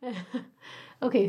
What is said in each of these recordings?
Okay.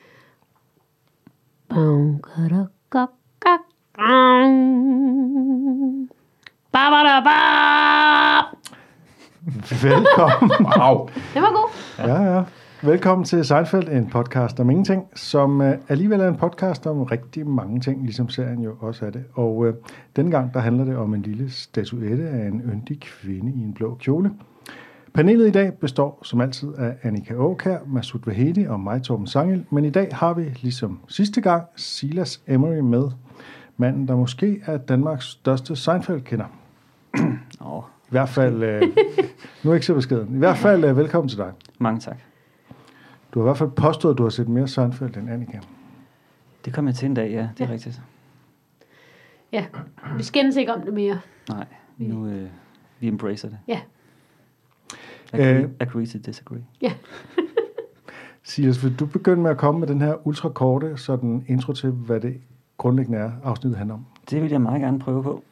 Velkommen. Wow. Det var god. Ja. Velkommen til Seinfeld, en podcast om ingenting, som alligevel er en podcast om rigtig mange ting, ligesom serien jo også er det. Og denne gang, der handler det om en lille statuette af en yndig kvinde i en blå kjole. Panelet i dag består som altid af Annika Aakjær, Masud Vahedi og mig, Torben Sangel. Men i dag har vi, ligesom sidste gang, Silas Emery med. Manden, der måske er Danmarks største Seinfeld-kender. I hvert fald, nu er ikke så beskeden. I hvert fald, velkommen til dig. Mange tak. Du har i hvert fald påstået, at du har set mere Seinfeld end Annika. Det kom jeg til en dag, ja. Det er rigtigt. Ja, vi skændes ikke om det mere. Nej, nu vi embracer det. Ja. Agree to disagree. Ja. Silas, vil du begynde med at komme med den her ultrakorte sådan intro til, hvad det grundlæggende er, afsnittet handler om? Det vil jeg meget gerne prøve på.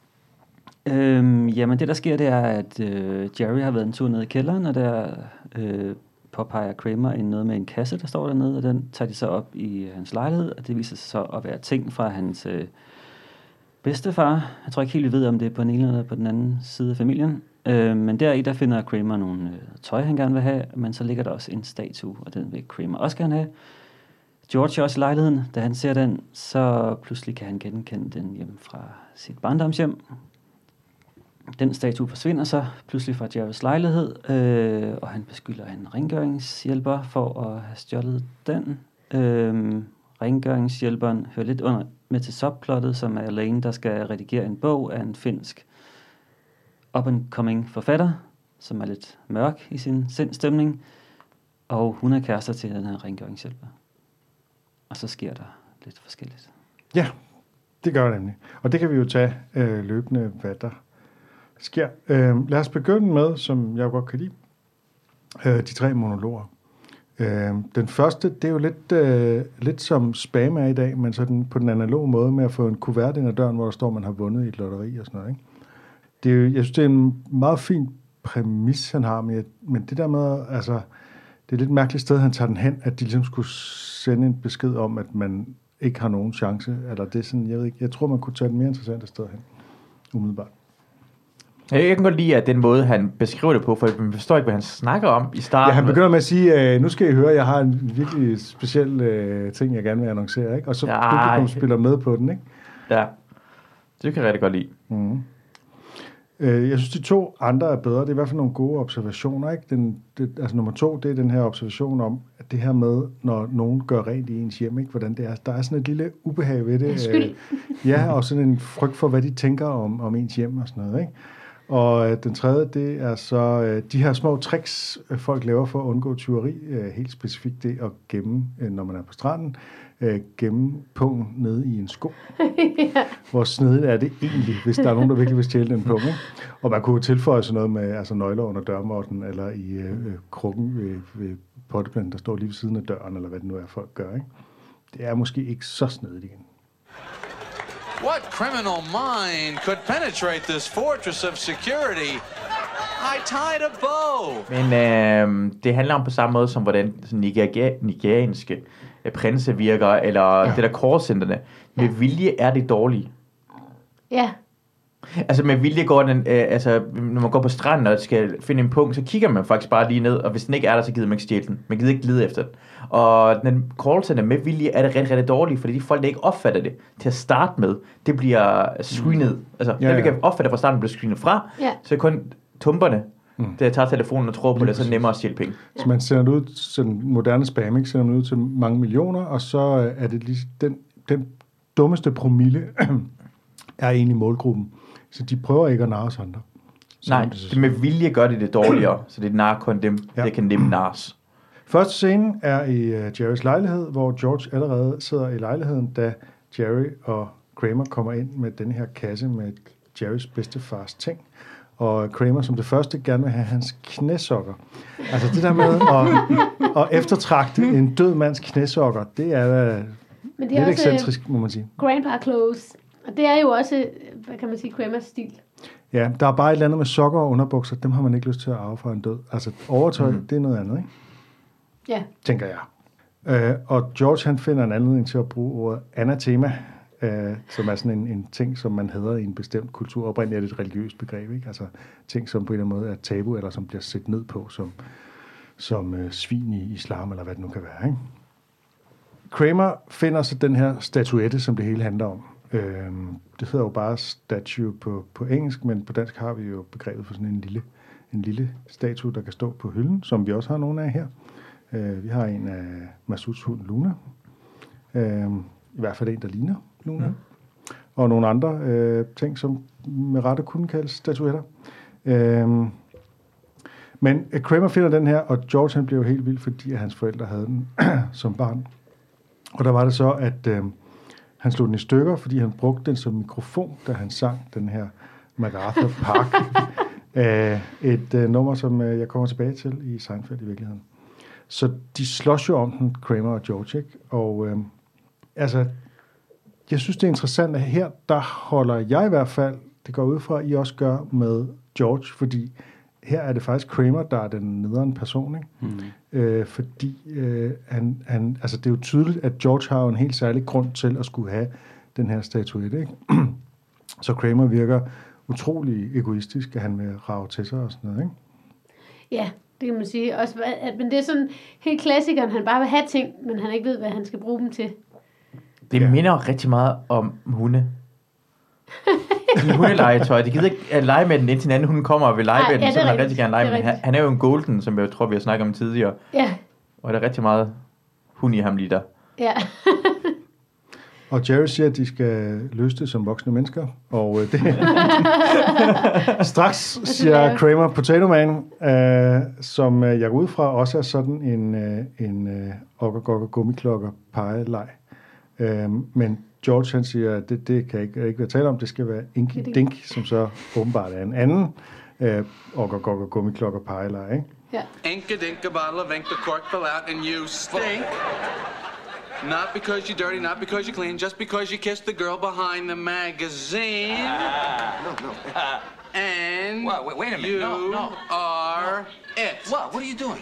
Jamen det der sker, det er, at Jerry har været en tur ned i kælderen, og der påpeger Kramer noget med en kasse, der står dernede, og den tager de så op i hans lejlighed, og det viser sig så at være ting fra hans bedstefar. Jeg tror ikke helt, vi ved, om det er på den ene eller på den anden side af familien. Men deri, der finder Kramer nogle tøj, han gerne vil have, men så ligger der også en statue, og den vil Kramer også gerne have. George er også i lejligheden. Da han ser den, så pludselig kan han genkende den hjem fra sit barndomshjem. Den statue forsvinder så pludselig fra Jerrys lejlighed, og han beskylder en rengøringshjælper for at have stjålet den. Rengøringshjælperen hører lidt under med til subplottet, som er Elaine, der skal redigere en bog af en finsk up-and-coming forfatter, som er lidt mørk i sin sindstemning, og hun er kærester til den her rengøringshjælper. Og så sker der lidt forskelligt. Ja, det gør det nemlig. Og det kan vi jo tage løbende, hvad der sker. Lad os begynde med, som jeg godt kan lide, de 3 monologer. Den første, det er jo lidt som spam er i dag, men sådan på den analoge måde med at få en kuvert ind ad døren, hvor der står, man har vundet i et lotteri og sådan noget, ikke? Det er jo, jeg synes, det er en meget fin præmis, han har, men det der med, altså, det er et lidt mærkeligt sted, han tager den hen, at de ligesom skulle sende en besked om, at man ikke har nogen chance, eller det er sådan, jeg ved ikke, jeg tror, man kunne tage den mere interessante sted hen, umiddelbart. Jeg kan godt lide, at den måde, han beskriver det på, for man forstår ikke, hvad han snakker om i starten. Ja, han begynder med at sige, nu skal I høre, jeg har en virkelig speciel ting, jeg gerne vil annoncere, ikke? Og så publikum spiller med på den, ikke? Ja, det kan jeg rigtig godt lide. Mm. Jeg synes, de 2 andre er bedre. Det er i hvert fald nogle gode observationer, ikke? Altså nummer 2, det er den her observation om, at det her med, når nogen gør rent i ens hjem, ikke? Hvordan det er. Der er sådan et lille ubehag ved det. Ja, og sådan en frygt for, hvad de tænker om ens hjem og sådan noget, ikke? Og den tredje, det er så de her små tricks, folk laver for at undgå tyveri. Helt specifikt det at gemme, når man er på stranden, gemme pungen nede i en sko. Ja. Hvor snedigt er det egentlig, hvis der er nogen, der virkelig vil stjæle den punkt. Og man kunne tilføje sådan noget med altså nøgler under dørmåtten, eller i krukken ved potteplanten, der står lige ved siden af døren, eller hvad det nu er, folk gør, ikke? Det er måske ikke så snedigt igen. What criminal mind could penetrate this fortress of security? I tied a bow. Men det handler om på samme måde som hvordan nigerianske prinse virker, eller det der callcenterne. Med vilje er det dårligt. Ja. Altså med vilje går den, når man går på stranden og skal finde en punkt, så kigger man faktisk bare lige ned, og hvis den ikke er der, så gider man ikke stjæle den. Man gider ikke lede efter den. Og den callcenter med vilje er det rigtig, rigtig dårligt, fordi de folk, der ikke opfatter det til at starte med, det bliver screenet. Altså, dem, vi kan opfatte fra starten, bliver screenet fra, så er kun tumperne, der tager telefonen og tror på det, så er det nemmere at stjæle penge. Så man sender det ud, sådan moderne spam, ikke? Sender man ud til mange millioner, og så er det lige den dummeste promille er egentlig målgruppen. Så de prøver ikke at narre os andre. Nej, det med vilje gør det dårligere, så det narrer kun dem, der kan nemt narres. Første scene er i Jerrys lejlighed, hvor George allerede sidder i lejligheden, da Jerry og Kramer kommer ind med den her kasse med Jerrys bedstefars ting. Og Kramer som det første gerne vil have hans knæsokker. Altså det der med at eftertragte en død mands knæsokker, det er lidt ekscentrisk, må man sige. Grandpa clothes. Og det er jo også, hvad kan man sige, Kramers stil. Ja, der er bare et eller andet med sokker og underbukser, dem har man ikke lyst til at arve fra en død. Altså overtøj, det er noget andet, ikke? Ja. tænker jeg. Og George, han finder en anledning til at bruge ordet anatema, som er sådan en ting, som man hedder i en bestemt kultur. Oprindeligt er det et religiøst begreb, ikke? Altså ting, som på en eller anden måde er tabu, eller som bliver set ned på som svin i islam, eller hvad det nu kan være, ikke? Kramer finder så den her statuette, som det hele handler om. Det hedder jo bare statue på engelsk, men på dansk har vi jo begrebet for sådan en lille statue, der kan stå på hylden, som vi også har nogle af her. Vi har en af Masuds hund Luna. I hvert fald en, der ligner Luna. Og nogle andre ting, som med rette kunne kaldes statuetter. Men Kramer finder den her, og George han blev jo helt vild, fordi hans forældre havde den som barn. Og der var det så, at han slog den i stykker, fordi han brugte den som mikrofon, da han sang den her MacArthur Park. Et nummer, som jeg kommer tilbage til i Seinfeld i virkeligheden. Så de slås jo om den, Kramer og George, ikke? Og altså, jeg synes, det er interessant, at her, der holder jeg i hvert fald, det går ud fra, at I også gør med George, fordi her er det faktisk Kramer, der er den nederen person, ikke? Fordi altså det er jo tydeligt, at George har jo en helt særlig grund til at skulle have den her statuette, ikke? Så Kramer virker utrolig egoistisk, at han vil rage til sig og sådan noget, ikke? Ja, det kan man sige. Også, men det er sådan helt klassikeren, han bare vil have ting, men han ikke ved, hvad han skal bruge dem til. Det minder rigtig meget om hunde. Hundelegetøj. De gider ikke at lege med den, indtil den anden hund kommer og vil lege med den, så vil han rigtig gerne lege med den. Han er jo en golden, som jeg tror, vi har snakket om tidligere. Ja. Og der er rigtig meget hund i ham lige der. Ja. Og Jerry siger, at de skal løse det som voksne mennesker. Og det straks siger Kramer Potato Man, som jeg går ud fra, også er sådan en okkergokker gummiklokker pegeleg. Men George han siger, at det kan ikke være tale om, det skal være Inky Dink, som så åbenbart er en anden okkergokker gummiklokker pegeleg, ikke? Ja. Ink a dink a bottle of ink, the cork fell out, and you stink. Not because you're dirty, not because you're clean, just because you kissed the girl behind the magazine. No. And wait a minute. you No. are it. What are you doing?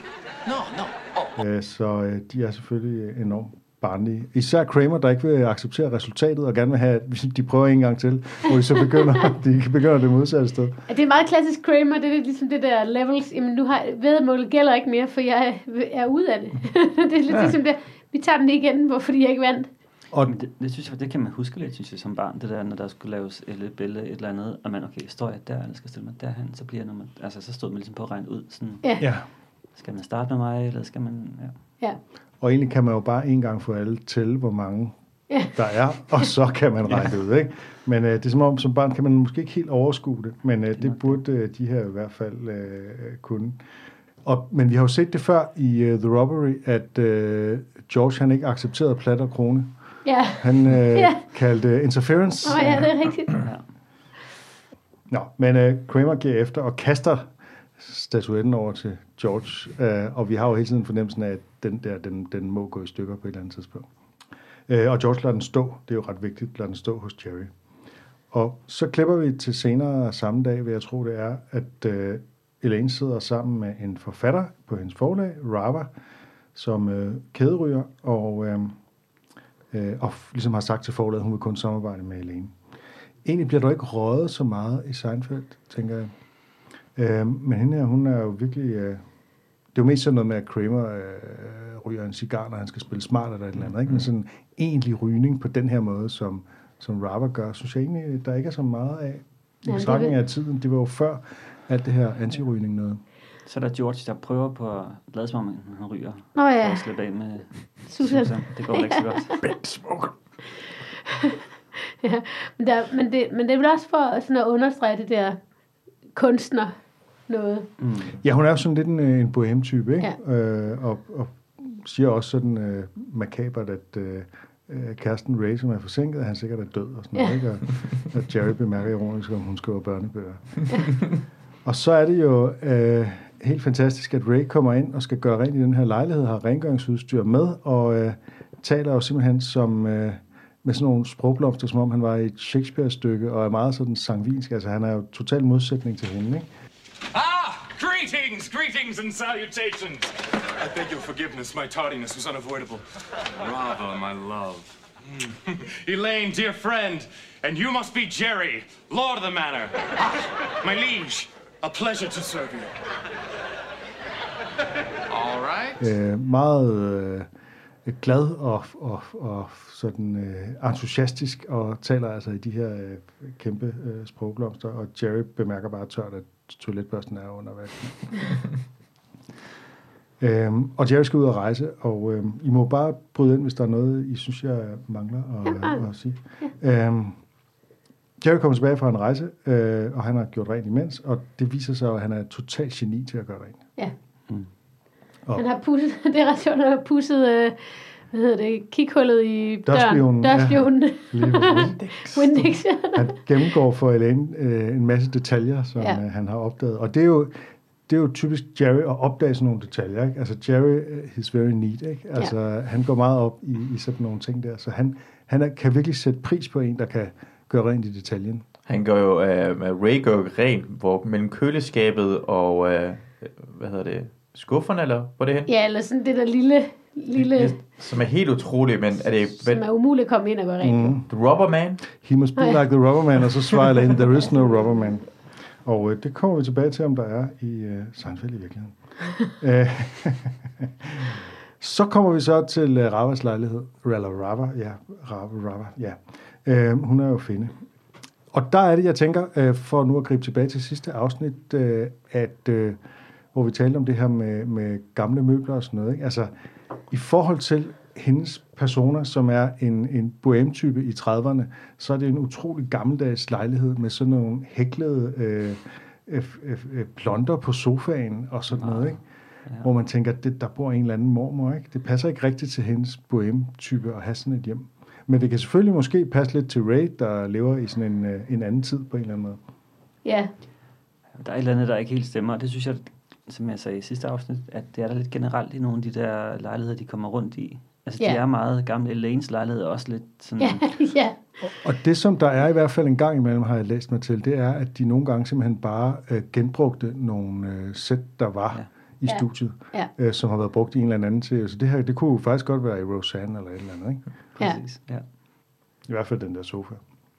No. Så de er selvfølgelig enormt barnlige. Især Kramer, der ikke vil acceptere resultatet og gerne vil have, at de prøver en gang til, hvor de så begynder det modsatte sted. Det er meget klassisk Kramer, det er ligesom det der levels, jamen nu har væddemålet gælder ikke mere, for jeg er ude af det. Det er lidt ligesom det, vi tager den igen, fordi jeg ikke vandt. Og det synes jeg, det kan man huske lidt, synes jeg, som barn, det der, når der skulle laves et billede, et eller andet, og man, okay, står jeg der, eller skal stille mig derhen, så bliver nummer, altså så stod man ligesom på at regne ud, sådan, ja. Skal man starte med mig, eller skal man, ja. Og egentlig kan man jo bare en gang få alle til, hvor mange der er, og så kan man regne det ud, ikke? Men det er som barn kan man måske ikke helt overskue det, men det burde de her i hvert fald kunne. Men vi har jo set det før i The Robbery, at George han ikke accepterede plat og krone. Ja. Han kaldte interference. Ja, det er rigtigt. Nå, men Kramer giver efter og kaster statuetten over til George, og vi har jo hele tiden fornemmelsen af, at den må gå i stykker på et eller andet tidspunkt. Og George lader den stå. Det er jo ret vigtigt, lader den stå hos Jerry. Og så klipper vi til senere samme dag, vil jeg tro det er, at Elaine sidder sammen med en forfatter på hendes forlag, Rava, som kæderyger, og ligesom har sagt til forlaget, at hun vil kun samarbejde med Elaine. Egentlig bliver der ikke røget så meget i Seinfeld, tænker jeg. Men hende her, hun er jo virkelig... det er jo mest sådan noget med, at Kramer ryger en cigar, når han skal spille smart eller et eller andet, ikke? Men sådan en egentlig rygning på den her måde, som Rava gør, synes jeg egentlig, der ikke er så meget af. I betragtning af tiden, det var jo før alt det her antirygning noget. Så er der George, der prøver på at lade som om, han ryger. Nå ja. For at slippe af med Susan. Det går ikke så godt. Bent smoker. Ja, men det er vel også for sådan at understrege det der kunstner noget. Ja, hun er jo sådan lidt en bohem-type, ikke? Ja. Og siger også sådan makabert, at kæresten Ray, som er forsinket, at han sikkert er død og sådan noget, ikke? Og Jerry bemærker ironisk, om hun skriver børnebøger. Og så er det jo helt fantastisk, at Ray kommer ind og skal gøre rent i den her lejlighed, har rengøringsudstyr med, og taler jo simpelthen som med sådan nogle sprogblomster, som om han var i et Shakespeare-stykke, og er meget sådan sangvinsk. Altså, han er jo total modsætning til hende, ikke? Greet! Greetings and salutations. I beg your forgiveness, my tardiness was unavoidable. Rava, my love. Elaine, dear friend, and you must be Jerry, lord of the manor. My liege, a pleasure to serve you. All right. Meget glad og sådan entusiastisk, og taler altså i de her kæmpe sprogblomster, og Jerry bemærker bare tørt, at toiletbørsten er under vasken. Og Jerry skal ud og rejse, og I må bare bryde ind, hvis der er noget, I synes, jeg mangler at sige. Jerry kommer tilbage fra en rejse, og han har gjort rent imens, og det viser sig, at han er totalt geni til at gøre rent. Ja. Og Han har pudset, det er ret sjovt, han har pudset, kikhullet i døren. Dørspionen. Ja, Windex. Han gennemgår for Elaine en masse detaljer, som han har opdaget. Og det er jo typisk Jerry at opdage sådan nogle detaljer. Ikke? Altså Jerry, he's very neat. Ikke? Altså han går meget op i sådan nogle ting der. Så han kan virkelig sætte pris på en, der kan gøre rent i detaljen. Han går jo, Ray går rent hvor mellem køleskabet og, skufferne, eller hvor det hen? Ja, eller sådan det der lille... Som er helt utroligt, men er det... Som er umuligt at komme ind og gøre rent. The Rubber Man? He must be like the Rubber Man, og så svarer Elaine, there is no Rubber Man. Og det kommer vi tilbage til, om der er i Seinfeld i virkeligheden. Så kommer vi så til Ravas lejlighed. Rava, ja. Hun er jo finde. Og der er det, jeg tænker, for nu at gribe tilbage til sidste afsnit, hvor vi talte om det her med gamle møbler og sådan noget. Ikke? Altså, i forhold til hendes personer, som er en bohème-type i 30'erne, så er det en utrolig gammeldags lejlighed med sådan nogle hæklede plonter på sofaen og sådan noget, ikke? Ja. Hvor man tænker, at der bor en eller anden mormor, ikke? Det passer ikke rigtigt til hendes bohème-type at have sådan et hjem. Men det kan selvfølgelig måske passe lidt til Ray, der lever i sådan en anden tid på en eller anden måde. Ja. Der er et eller andet, der ikke helt stemmer, det synes jeg, som jeg sagde i sidste afsnit, at det er der lidt generelt i nogle af de der lejligheder, de kommer rundt i. Altså, de er meget gamle. Elaines lejlighed er også lidt sådan... Ja. Og det, som der er i hvert fald en gang imellem, har jeg læst mig til, det er, at de nogle gange simpelthen bare genbrugte nogle sæt, der var i studiet, som har været brugt i en eller anden til. Så det her, det kunne faktisk godt være i Roseanne eller et eller andet, ikke? Præcis, ja. I hvert fald den der sofa.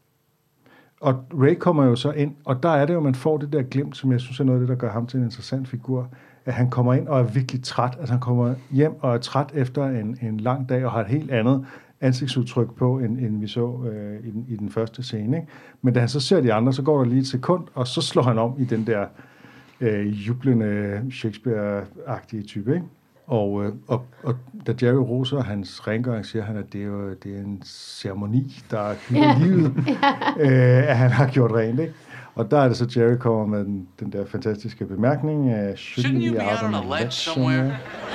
Og Ray kommer jo så ind, og der er det jo, man får det der glimt, som jeg synes er noget af det, der gør ham til en interessant figur, at han kommer ind og er virkelig træt. Altså han kommer hjem og er træt efter en lang dag, og har et helt andet ansigtsudtryk på, end vi så i den første scene. Ikke? Men da han så ser de andre, så går der lige et sekund, og så slår han om i den der jublende Shakespeare-agtige type. Ikke? Og da Jerry roser hans rengøring, siger han, at det er en ceremoni, der hylder livet, at han har gjort rent. Ikke? Og der er det så, Jerry kommer med den der fantastiske bemærkning. Shouldn't you be out on a ledge somewhere?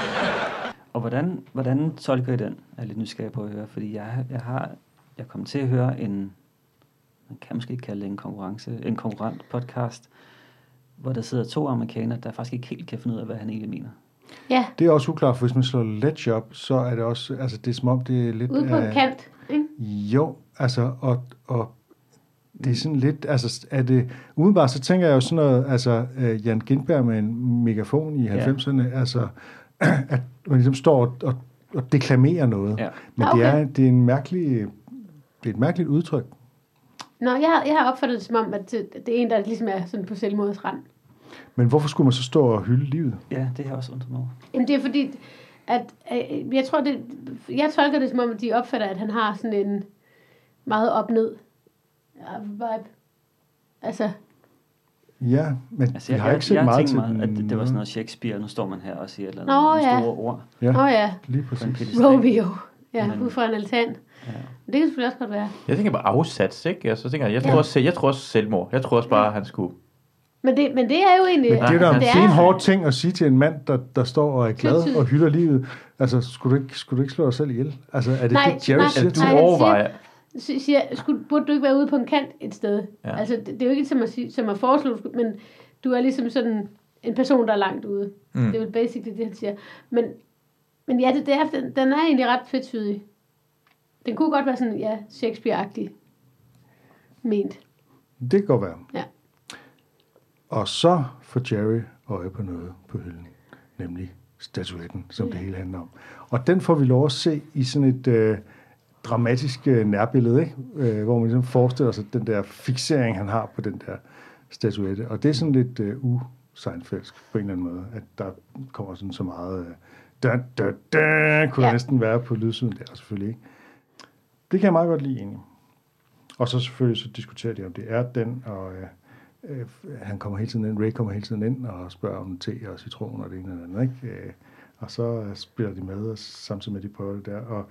Og hvordan tolker I den? Jeg er lidt nysgerrig på at høre, fordi jeg kom til at høre man kan måske ikke kalde det en konkurrent podcast, hvor der sidder 2 amerikanere, der faktisk ikke helt kan finde ud af, hvad han egentlig mener. Ja. Det er også uklart, for hvis man slår ledge op, så er det også, altså det er som om, det er lidt... Ude på en kant, ikke? Jo, altså, og det er sådan lidt, altså, er det, umiddelbart så tænker jeg jo sådan noget, altså, Jan Gintberg med en megafon i 90'erne, altså, at man ligesom står og deklamerer noget. Ja. Men det er et mærkeligt udtryk. Nå, jeg har opfattet det som om, at det er en, der ligesom er sådan på selvmordets rand. Men hvorfor skulle man så stå og hylde livet? Ja, det har jeg også undret mig over. Jamen, det er fordi, at jeg tolker det som om, at de opfatter, at han har sådan en meget op-ned vibe. Altså... Ja, men altså, jeg har ikke set meget til den. At det var sådan noget Shakespeare, nu står man her og siger et eller andet store ord. Ja, lige præcis. Romeo. Ja, ud fra en altan. Ja. Det kan selvfølgelig også godt være. Jeg tænker bare afsats, ikke? Så tænker jeg tror også selvmord. Jeg tror også bare, han skulle... Men det er jo egentlig... Men det er en hård ting at sige til en mand, der står og er glad og hylder livet. Altså, skulle du ikke slå dig selv ihjel? Altså, er det det, Jerry siger? Du overvejer... Burde du ikke være ude på en kant et sted? Ja. Altså, det er jo ikke som at foreslå, men du er ligesom sådan en person, der er langt ude. Det er jo basically det, han siger. Men ja, den er egentlig ret fedtsydig. Den kunne godt være sådan, ja, Shakespeare-agtig ment. Det kan godt være. Ja. Og så får Jerry øje på noget på hylden, nemlig statuetten, som det hele handler om. Og den får vi lov at se i sådan et dramatisk nærbillede, ikke? Hvor man ligesom forestiller sig den der fixering, han har på den der statuette. Og det er sådan lidt Seinfeldsk på en eller anden måde, at der kommer sådan så meget kunne der næsten være på lydsiden der, selvfølgelig ikke. Det kan jeg meget godt lide egentlig. Og så selvfølgelig så diskuterer de, om det er den, og han kommer hele tiden ind, Ray kommer hele tiden ind og spørger om te og citron og det ene eller andet, ikke? Og så spiller de med, og samtidig med de prøver det der. Og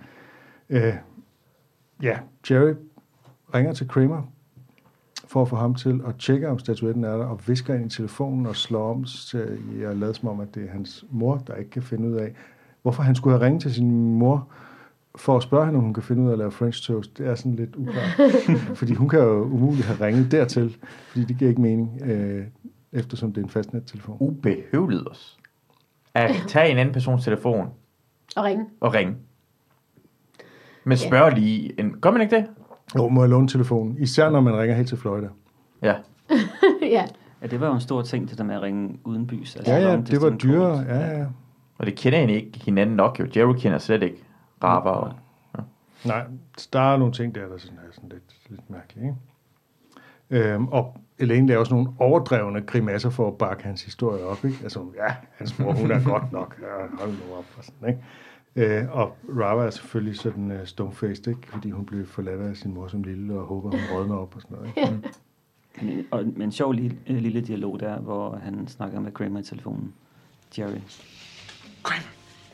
Jerry ringer til Kramer for at få ham til at tjekke, om statuetten er der, og visker ind i telefonen og slår om og lader som om, at det er hans mor, der ikke kan finde ud af, hvorfor han skulle have ringet til sin mor for at spørge hende, om hun kan finde ud af at lave French toast. Det er sådan lidt uklart. Fordi hun kan jo umuligt have ringet dertil, fordi det giver ikke mening, eftersom det er en fastnettelefon. Ubehøvlet os. At tage en anden persons telefon. Og ringe. Men spørg lige. Gør man ikke det? Jo, må jeg låne telefonen. Især når man ringer helt til Florida. Ja. Ja, det var jo en stor ting, det der med at ringe uden bys. Altså det var dyrere. Ja. Og det kender egentlig ikke hinanden nok jo. Jerry kender slet ikke Rava. Og, Nej, der er nogle ting der sådan er sådan lidt mærkelige, ikke? Og Elaine laver også nogle overdrevne grimasser for at bakke hans historie op, ikke? Altså, hans mor, hun er godt nok. Hold nu op, og sådan, ikke? Og Rava er selvfølgelig sådan stumfaced, ikke? Fordi hun blev forladt af sin mor som lille, og håber, hun rådner op og sådan noget, ikke? Og med en sjov lille dialog der, hvor han snakker med Kramer i telefonen. Jerry. Kramer.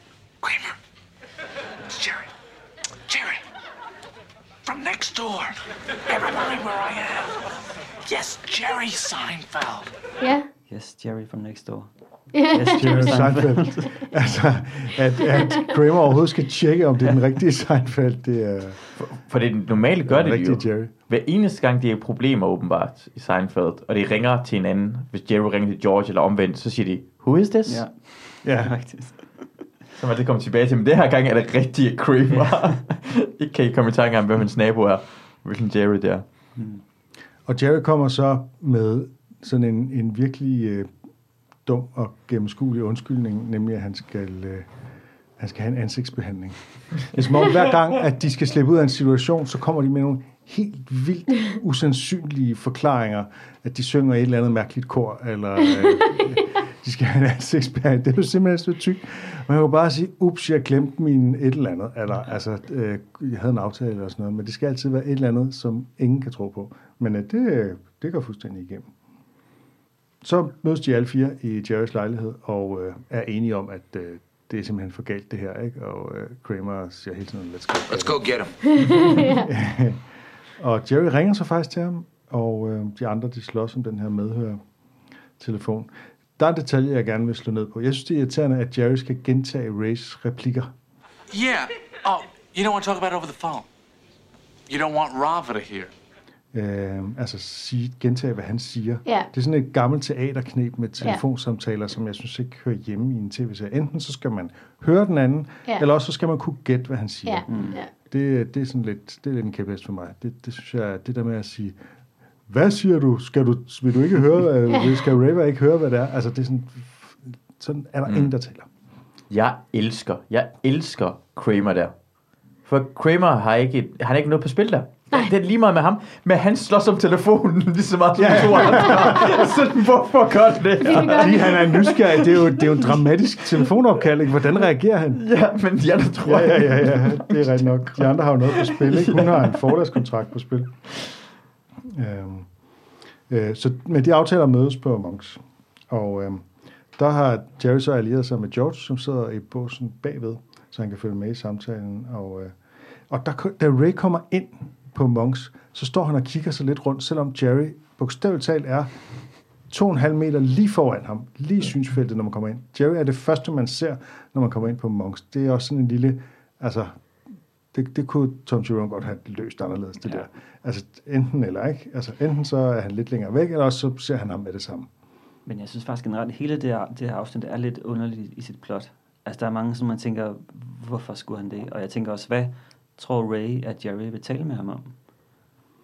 It's Jerry. Jerry. From next door. Never mind where I am. Yes, Jerry Seinfeld. Ja. Yes, Jerry from next door. Yes, Jerry Seinfeld. Altså, at Kramer overhovedet skal tjekke, om det er den rigtige Seinfeld, det er... For det normalt gør det jo. Jerry. Hver eneste gang, det er problemer åbenbart i Seinfeld, og det ringer til en anden, hvis Jerry ringer til George eller omvendt, så siger de, who is this? Ja, rigtigt. Så man det kommer tilbage til, men det her gang er det rigtige Kramer. Ikke kan I komme i tanke om, hvem hans nabo er, hvilken Jerry der. Og Jerry kommer så med sådan en virkelig dum og gennemskuelig undskyldning, nemlig at han skal have en ansigtsbehandling. Det er som om hver gang, at de skal slippe ud af en situation, så kommer de med nogle helt vildt usandsynlige forklaringer, at de synger et eller andet mærkeligt kor, eller de skal have en ansigtsbehandling. Det er jo simpelthen så tyk. Man kan jo bare sige, ups, jeg glemte min et eller andet, eller altså, jeg havde en aftale eller sådan noget, men det skal altid være et eller andet, som ingen kan tro på. Men det går fuldstændig igennem. Så mødes de alle fire i Jerrys lejlighed, og er enige om, at det er simpelthen for galt det her, ikke? Og Kramer siger hele tiden, let's go get him. Og Jerry ringer så faktisk til ham, og de andre, de slås om den her medhørtelefon. Der er en detalje, jeg gerne vil slå ned på. Jeg synes, det er irriterende, at Jerry skal gentage Rays replikker. Yeah. Oh, you don't want to talk about it over the phone. You don't want Rava to hear. Gentage, hvad han siger. Yeah. Det er sådan et gammelt teaterknep med telefonsamtaler, som jeg synes ikke hører hjemme i en tv-serie. Enten så skal man høre den anden, eller også så skal man kunne gætte, hvad han siger. Det er sådan lidt, det er lidt en kæphest for mig. Det synes jeg, det der med at sige, hvad siger du? Vil du ikke høre, skal Raver ikke høre, hvad det er? Altså, det er sådan er der ingen, der taler. Jeg elsker Kramer der. For Kramer har ikke noget på spil der. Det er lige meget med ham, men han slås om telefonen lige så meget som de to andre. Sådan, hvorfor gør det? Fordi han er nysgerrig. Det er jo en dramatisk telefonopkald, ikke? Hvordan reagerer han? Ja, men de andre tror jeg. Ja, det er rigtigt nok. De andre har jo noget på spil, ikke? Hun har en forlagskontrakt på spil. Men de aftaler mødes på Monks. Og der har Jerry så allieret sig med George, som sidder i båsen bagved, så han kan følge med i samtalen. Og da Ray kommer ind på Monks, så står han og kigger sig lidt rundt, selvom Jerry bogstaveligt talt er 2,5 meter lige foran ham, lige i synsfeltet, når man kommer ind. Jerry er det første, man ser, når man kommer ind på Monks. Det er også sådan en lille, altså, det kunne Tom Jerome godt have løst anderledes, det der. Altså, enten eller ikke. Altså, enten så er han lidt længere væk, eller også så ser han ham med det samme. Men jeg synes faktisk generelt, hele det her afsnit er lidt underligt i sit plot. Altså, der er mange, som man tænker, hvorfor skulle han det? Og jeg tænker også, hvad tror Ray, at Jerry vil tale med ham om?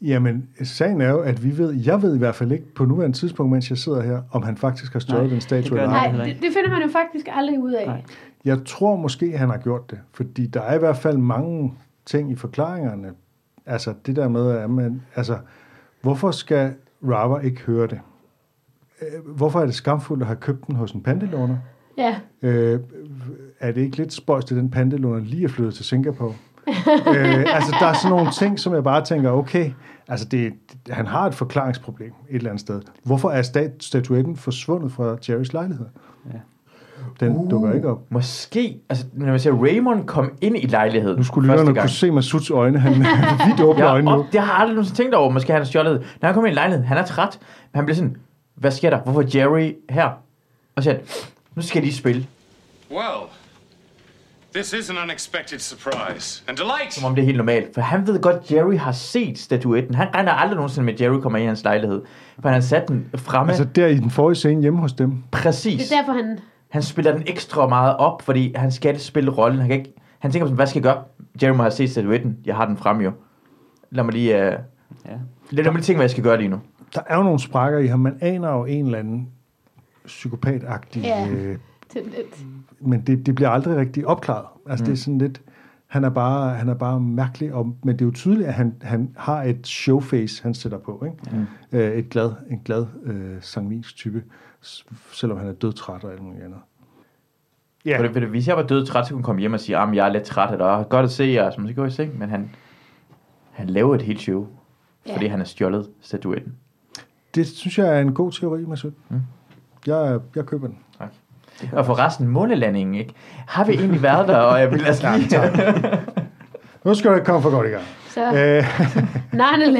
Jamen, sagen er jo, at jeg ved i hvert fald ikke på nuværende tidspunkt, mens jeg sidder her, om han faktisk har stjålet den statue eller ej. Nej, det finder man jo faktisk aldrig ud af. Nej. Jeg tror måske, han har gjort det, fordi der er i hvert fald mange ting i forklaringerne. Altså det der med, at man, altså, hvorfor skal Rava ikke høre det? Hvorfor er det skamfuldt at have købt den hos en pantelåner? Ja. Er det ikke lidt spøjst, at den pantelåner lige er flyttet til Singapore? Altså der er sådan nogle ting, som jeg bare tænker, okay, altså han har et forklaringsproblem et eller andet sted. Hvorfor er statuetten forsvundet fra Jerrys lejlighed? Ja. Den dukker ikke op. Måske, altså når man siger, Raymond kom ind i lejligheden. Nu skulle lytterne kunne se Masuds øjne. Han er vidt åbne øjne nu. Det har jeg aldrig nogensinde tænkt over. Måske han har stjålet. Når han kommer ind i lejligheden, han er træt. Men han bliver sådan, hvad sker der? Hvorfor er Jerry her? Og siger, nu skal de spille. Well, this is an unexpected surprise. And delight! Som om det er helt normalt. For han ved godt, Jerry har set statuetten. Han regner aldrig nogensinde med, at Jerry kommer ind i hans lejlighed. For han har sat den fremme. Altså der i den forrige scene hjemme hos dem. Præcis. Det er derfor, Han spiller den ekstra meget op, fordi han skal spille rollen. Han tænker sådan, hvad skal jeg gøre? Jerry må have set statuetten. Jeg har den frem jo. Lad mig lige... Lad mig lige tænke, hvad jeg skal gøre lige nu. Der er jo nogle sprækker i ham. Man aner jo en eller anden psykopatagtig... men det bliver aldrig rigtig opklaret. Altså det er sådan lidt... Han er bare mærkelig, men det er jo tydeligt, at han har et showface, han sætter på. Ikke? En glad sangvinsk type, selvom han er dødtræt og alt muligt andet. Ja. Hvis jeg var dødtræt, så kunne han komme hjem og sige, at jeg er lidt træt, eller godt at se jer, så måske gå i seng, men han laver et helt show, fordi han har stjålet statuetten. Det synes jeg er en god teori, Masud. Jeg køber den. Tak. Og for resten, månelandingen, ikke? Har vi egentlig været der, og jeg vil altså lige... Nu skal du ikke komme for godt i gang. Så 9/11.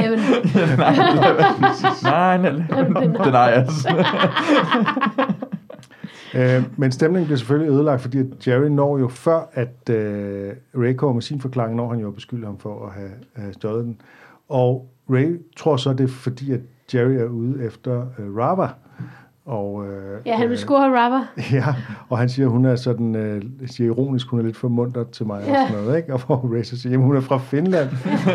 9/11. Deniers. Men stemningen bliver selvfølgelig ødelagt, fordi at Jerry når jo før, at Ray kommer med sin forklaring, når han jo beskylder ham for at have stjålet den. Og Ray tror så, det er fordi, at Jerry er ude efter Rava. Og, han vil score Rava. Ja, og han siger, hun er sådan, siger ironisk, hun er lidt for munter til mig, og sådan noget, ikke? Og hvor Ray så siger, hun er fra Finland.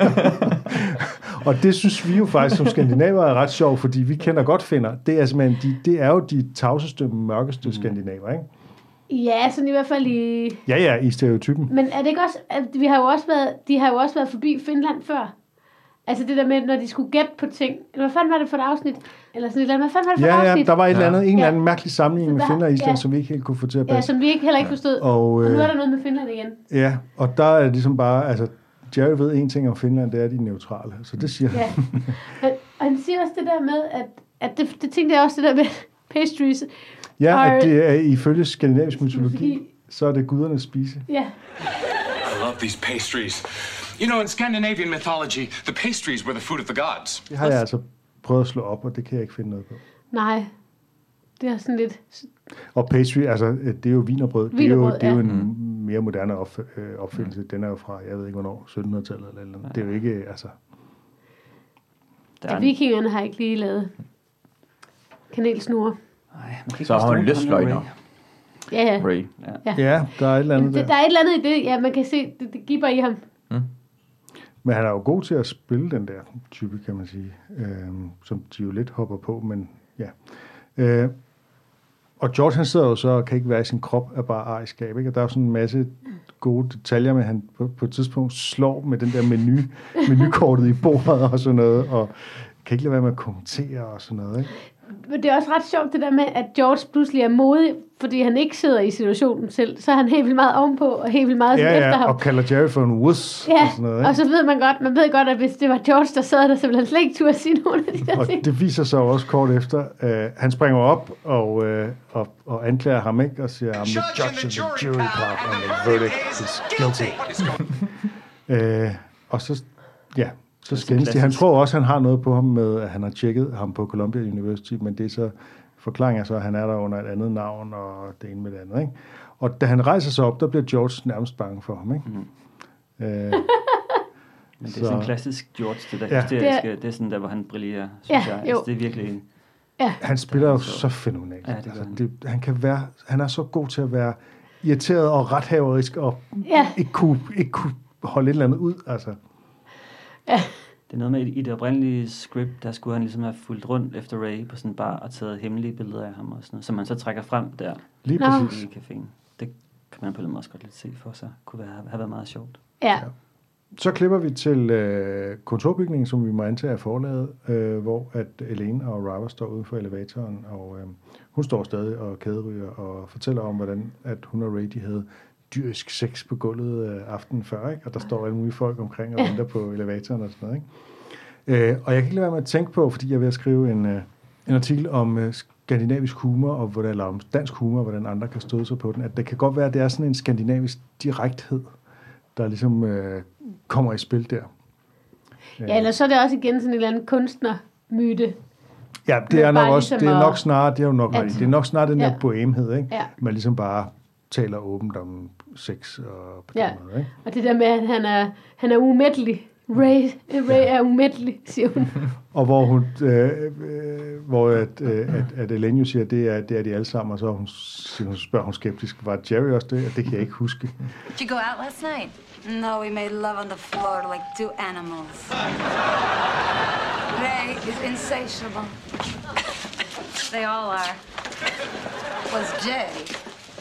Og det synes vi jo faktisk som skandinaver er ret sjovt, fordi vi kender godt finner. Det er simpelthen, det er jo de tavseste, mørkeste skandinaver, ikke? Ja, sådan i hvert fald i... Ja, i stereotypen. Men er det ikke også, at de har jo også været forbi Finland før? Altså det der med, når de skulle gætte på ting. Eller hvad fanden var det for et afsnit? Eller sådan et eller andet. Hvad fanden var det for et afsnit? Ja, der var et eller andet, en eller anden mærkelig sammenligning med Finland og Island, som vi ikke helt kunne få til at passe. Ja, som vi heller ikke forstod. Og nu er der noget med Finland igen. Ja, og der er det ligesom bare, altså Jerry ved en ting om Finland, det er de neutrale. Så det siger han. Og han siger også det der med, at det tænkte jeg også, det der med pastries. Ja, at det er ifølge skandinavisk mytologi, så er det gudernes spise. Ja. I love these pastries. You know, in Scandinavian mythology, the pastries were the food of the gods. Det har jeg altså prøvet at slå op, og det kan jeg ikke finde noget på. Nej, det er sådan lidt... Og pastry, altså, det er jo wienerbrød. Det er jo en mere moderne opfindelse. Den er jo fra, jeg ved ikke hvornår, 1700-tallet eller noget. Det er jo ikke, altså... Vikingerne har ikke lige lavet kanelsnure. Så har hun lystløgner. Ja. Ray. Ja, der er et eller andet der er et eller andet i det, ja, man kan se, det giver i ham. Men han er jo god til at spille den der type, kan man sige, som de jo lidt hopper på, men ja. Og George, han sidder jo så og kan ikke være i sin krop af bare ejerskab, ikke? Og der er jo sådan en masse gode detaljer med, at han på et tidspunkt slår med den der menukortet i bordet og sådan noget, og kan ikke lade være med at kommentere og sådan noget, ikke? Men det er også ret sjovt det der med, at George pludselig er modig, fordi han ikke sidder i situationen selv. Så er han helt vildt meget ovenpå, og helt vildt meget efter ham. Og kalder Jerry for en wuss. Ja, og sådan noget, ikke? og så ved man ved godt, at hvis det var George, der sad der, så ville han slet ikke turde sige nogle af de der ting. Og det viser sig også kort efter. Han springer op og anklager ham, ikke? Og siger, I'm the judge of the jury part, and the verdict is guilty. Og så, så skændes de. Han tror også, han har noget på ham med, at han har tjekket ham på Columbia University, men det er så forklaringen så, at han er der under et andet navn, og det ene med det andet, ikke? Og da han rejser sig op, der bliver George nærmest bange for ham, ikke? Men det er sådan en klassisk George, det der hysteriske, det er sådan der, hvor han brillerer, synes jeg. Altså, det er virkelig... Ja. Han spiller jo så fænomenalt. Ja, han er så god til at være irriteret og rethaverisk, og ikke kunne holde et eller andet ud, altså. Ja. Det er noget med, i det oprindelige script, der skulle han ligesom have fulgt rundt efter Ray på sådan en bar og taget hemmelige billeder af ham og sådan noget, som man så trækker frem der. Lige præcis. I caféen. Det kan man på den måde også godt lidt se for sig. Kunne have været meget sjovt. Ja. Så klipper vi til kontorbygningen, som vi må antage er forlaget, hvor at Elaine og River står ude for elevatoren, og hun står stadig og kæderyger og fortæller om, hvordan at hun og Ray, de havde dyrisk sex på gulvet aftenen før, ikke? Og der står alle mulige folk omkring og venter på elevatoren og sådan noget, ikke? Og jeg kan ikke lade være med at tænke på, fordi jeg er ved at skrive en artikel om skandinavisk humor, og eller om dansk humor, hvordan andre kan støde sig på den, at det kan godt være, at det er sådan en skandinavisk direkthed, der ligesom kommer i spil der. Ja, eller så er det også igen sådan en eller anden kunstnermyte. Ja, det er nok også, ligesom det er nok snart, det er jo nok at, det er nok snart den der bohemhed, ikke? Ja. Man ligesom bare taler åbent om sex og på den måde, ikke? Og det der med, at han er umættelig. Ray er umættelig, siger hun. Og hvor hun, at Elaine siger, at det er de alle sammen, og så hun spørger hun skeptisk, var Jerry også det? Og det kan jeg ikke huske. Did you go out last night? No, we made love on the floor like two animals. Ray is insatiable. They all are. Was Jay?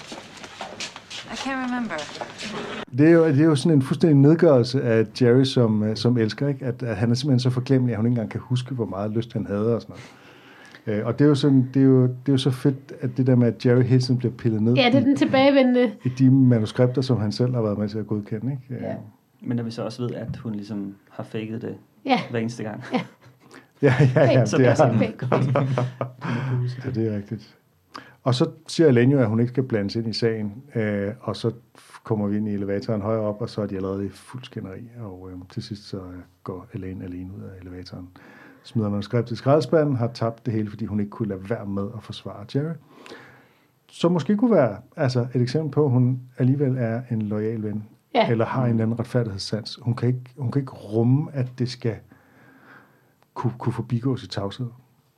I can't remember. Det er jo sådan en fuldstændig nedgørelse af Jerry som elsker, ikke? At han er simpelthen så forglemmelig, at hun ikke engang kan huske, hvor meget lyst han havde og sådan noget. Og det er jo sådan, det er jo så fedt, at det der med, at Jerry hele tiden bliver pillet ned. Ja, det er den tilbagevendende. I de manuskripter, som han selv har været med til at godkende, ikke? Ja. Men når vi så også ved, at hun ligesom har faked det hver eneste gang. Ja. Ja, det er sådan. Ja, det er rigtigt. Og så siger Elaine jo, at hun ikke skal blandes ind i sagen, og så kommer vi ind i elevatoren højere op, og så er de allerede i fuld skænderi, og til sidst så går Elaine alene ud af elevatoren. Smider manuskriptet i skraldespanden, har tabt det hele, fordi hun ikke kunne lade være med at forsvare Jerry. Så måske kunne være et eksempel på, at hun alligevel er en loyal ven, eller har en eller anden retfærdighedssans. Hun kan ikke rumme, at det skal kunne forbigås i tavshed.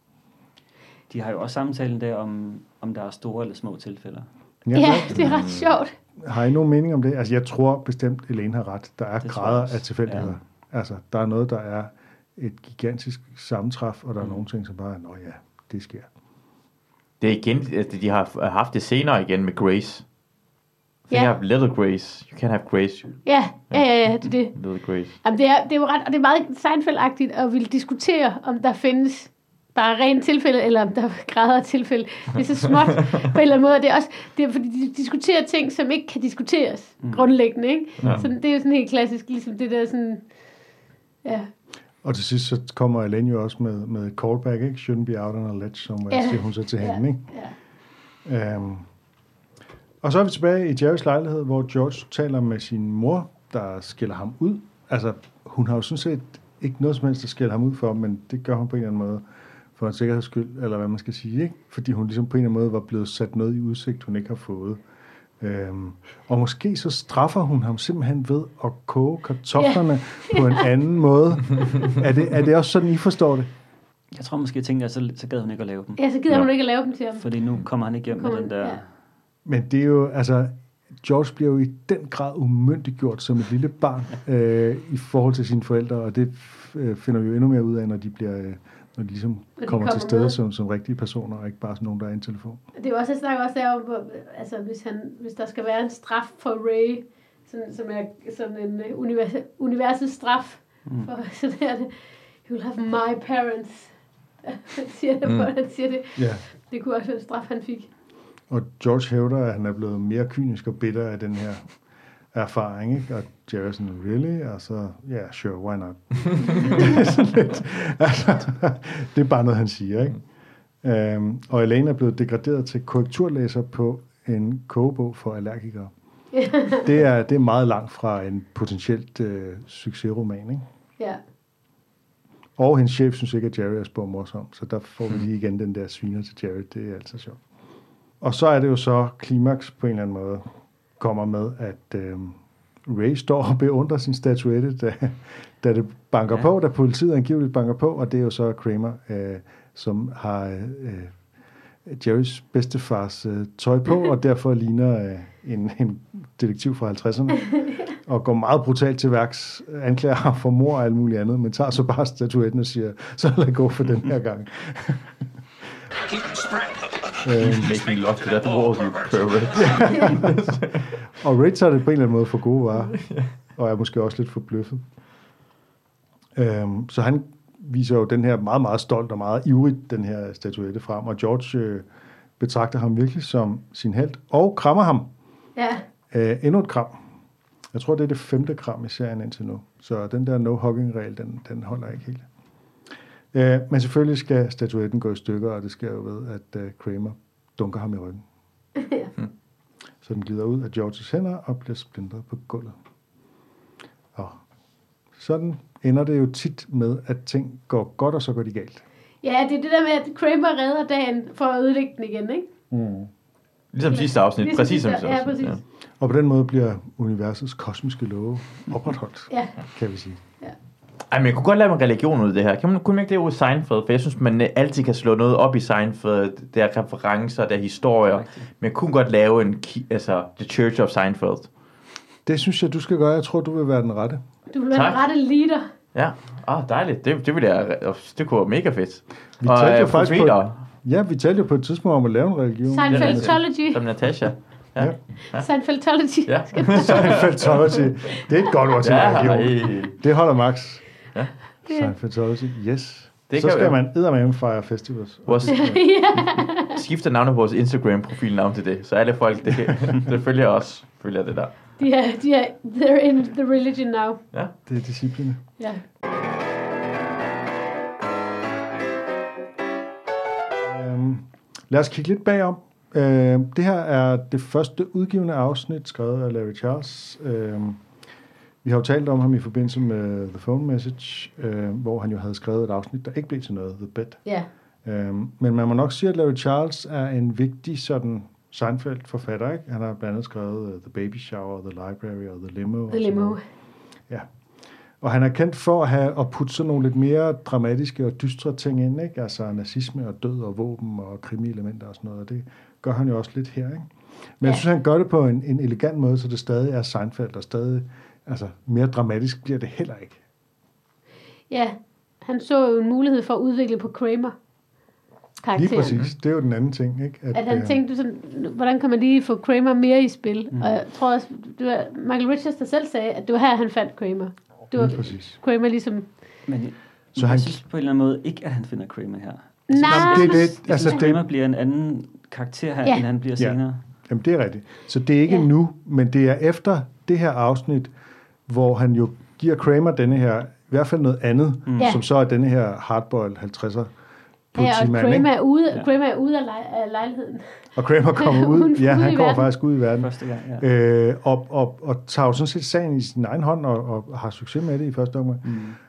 De har jo også samtalen der om der er store eller små tilfælde. Ja, det er ret sjovt. Har I nogen mening om det? Altså, jeg tror bestemt, Elaine har ret. Der er grader af tilfældigheder. Ja. Altså, der er noget, der er et gigantisk sammentræf, og der er nogle ting, som bare er, ja, det sker. Det er igen, de har haft det senere igen med Grace. I think I have little Grace. You can't have Grace. Ja, det er det. Little Grace. Jamen, det er jo ret, og det er meget Seinfeld-agtigt at ville diskutere, om der findes bare rent tilfælde, eller om der er grader af tilfælde. Det er så småt på en eller anden måde. Det er fordi, de diskuterer ting, som ikke kan diskuteres grundlæggende, ikke? Ja. Så det er jo sådan helt klassisk, ligesom det der sådan, ja. Og til sidst så kommer Elaine jo også med et callback, ikke? Shouldn't be out on a ledge, som siger hun så til hende, ikke? Ja. Og så er vi tilbage i Jerrys lejlighed, hvor George taler med sin mor, der skælder ham ud. Altså, hun har jo sådan set ikke noget som helst at skælde ham ud for, men det gør hun på en eller anden måde for en sikkerheds skyld, eller hvad man skal sige, ikke? Fordi hun ligesom på en eller anden måde var blevet sat noget i udsigt, hun ikke har fået. Og måske så straffer hun ham simpelthen ved at koge kartoflerne på en anden måde. Er det også sådan, I forstår det? Jeg tror måske, jeg tænkte, at så gad hun ikke at lave dem. Ja, så gider hun ikke at lave dem til ham. Fordi nu kommer han ikke hjem med den der... Ja. Men det er jo, altså... George bliver jo i den grad umyndiggjort som et lille barn i forhold til sine forældre, og det finder vi jo endnu mere ud af, når de ligesom kommer til stede som rigtige personer, og ikke bare sådan nogen, der er i en telefon. Det er jo også, jeg snakker også der om, altså hvis der skal være en straf for Ray, som er sådan en universets straf, for sådan her det, you will have my parents, han siger det. Yeah. Det kunne også være en straf, han fik. Og George hævder, at han er blevet mere kynisk og bitter af den her erfaring, ikke? Og Jerry er sådan, really? Og så, yeah, sure, why not? Det er bare noget, han siger, ikke? Og Elaine er blevet degraderet til korrekturlæser på en kogebog for allergikere. Det er meget langt fra en potentielt succesroman, ikke? Ja. Og hendes chef synes ikke, at Jerry er spor morsom, så der får vi lige igen den der sviner til Jerry. Det er altså sjovt. Og så er det jo så, klimaks på en eller anden måde kommer med, at Ray står og beundrer sin statuette, da det banker på, da politiet angiveligt banker på, og det er jo så Kramer, som har Jerrys bedstefars tøj på, og derfor ligner en detektiv fra 50'erne, og går meget brutalt til værks, anklager ham for mord og alt muligt andet, men tager så bare statuetten og siger, så lad gå for den her gang. Making love to that wall, you pervert. Og Ray tager det på en eller anden måde for gode varer, og er måske også lidt forbløffet. Så han viser jo den her meget, meget stolt og meget ivrigt, den her statuette frem, og George betragter ham virkelig som sin helt, og krammer ham. Ja. Endnu et kram. Jeg tror, det er det 5. kram i serien indtil nu. Så den der no-hugging-regel, den holder ikke helt. Men selvfølgelig skal statuetten gå i stykker, og det sker jo ved, at Kramer dunker ham i ryggen. Så den glider ud af Georges hænder og bliver splintret på gulvet. Og sådan ender det jo tit med, at ting går godt, og så går de galt. Ja, det er det der med, at Kramer redder dagen for at ødelægge den igen, ikke? Mm. Ligesom sidste afsnit. Ligesom Præcis som sidste, sidste ja, afsnit. præcis. Og på den måde bliver universets kosmiske love opretholdt, kan vi sige. Ej, men jeg kunne godt lave en religion ud af det her. Kunne man ikke lave ud af Seinfeld? For jeg synes, man altid kan slå noget op i Seinfeld. Der er referencer, der er historier. Men jeg kunne godt lave The Church of Seinfeld. Det synes jeg, du skal gøre. Jeg tror, du vil være den rette. Du vil være den rette leader. Ja, dejligt. Det kunne være mega fedt. Vi talte jo faktisk vi talte jo på et tidspunkt om at lave en religion. Seinfeldology. Som Natasha. Ja. Seinfeldology. Ja. Seinfeldology. Det er et godt ord til religion. Det holder max. Ja. Seinfeldology, yes. Det så skal man eddermame fejre festivals. Skifter navnet på vores Instagram-profilnavn til det, så alle folk, det følger os, følger det der. They're in the religion now. Ja. Det er discipline. Ja. Lad os kigge lidt bagom. Det her er det første udgivende afsnit, skrevet af Larry Charles. Vi har jo talt om ham i forbindelse med The Phone Message, hvor han jo havde skrevet et afsnit, der ikke blev til noget, The Bet. Ja. Men man må nok sige, at Larry Charles er en vigtig sådan Seinfeld-forfatter, ikke? Han har blandt andet skrevet The Baby Shower, The Library og The Limo. The Limo. Ja. Og han er kendt for at putte sådan nogle lidt mere dramatiske og dystre ting ind, ikke? Altså nazisme og død og våben og krimi-elementer og sådan noget, og det gør han jo også lidt her, ikke? Men jeg synes, han gør det på en elegant måde, så det stadig er Seinfeld, og stadig mere dramatisk bliver det heller ikke. Ja, han så jo en mulighed for at udvikle på Kramer. Lige præcis. Det er jo den anden ting, ikke? At han tænkte sådan, hvordan kan man lige få Kramer mere i spil? Og jeg tror også, det var Michael Richards, der selv sagde, at det var her, han fandt Kramer. Det var Kramer ligesom... Men jeg synes på en eller anden måde ikke, at han finder Kramer her. Nej. Jeg synes, Kramer bliver en anden karakter her, end han bliver senere. Jamen, det er rigtigt. Så det er ikke nu, men det er efter det her afsnit, hvor han jo giver Kramer denne her, i hvert fald noget andet, som så er denne her hardboiled 50'er politimand. Ja, og Kramer er ude af lejligheden. Og Kramer kommer ud, han kommer faktisk ud i verden. Første gang, og tager jo sådan set sagen i sin egen hånd, og har succes med det i første omgang.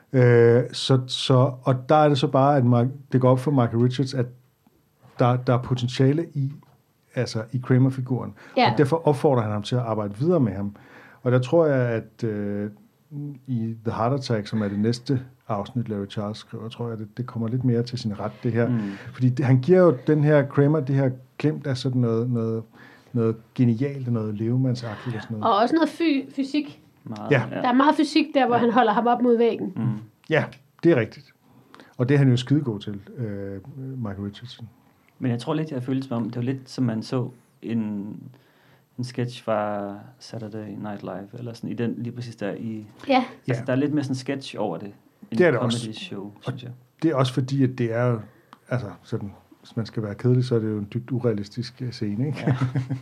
Og der er det så bare, at det går op for Michael Richards, at der er potentiale i Kramer-figuren. Og derfor opfordrer han ham til at arbejde videre med ham. Og der tror jeg, at i The Heart Attack, som er det næste afsnit, Larry Charles skriver, tror jeg, det kommer lidt mere til sin ret, det her. Fordi han giver jo den her Kramer, det her glemt af sådan noget genialt, noget levemandsagtigt og sådan noget. Og også noget fysik. Meget, Der er meget fysik der, hvor han holder ham op mod væggen. Ja, det er rigtigt. Og det er han jo skidegod til, Michael Richardson. Men jeg tror lidt, jeg følte som om, det var lidt som man så en sketch fra Saturday Night Live, eller sådan i den, lige præcis der i... Ja. Altså, der er lidt mere sådan en sketch over det. Det er det også. Show, synes jeg. Det er også fordi, at det er sådan, hvis man skal være kedelig, så er det jo en dybt urealistisk scene, ikke?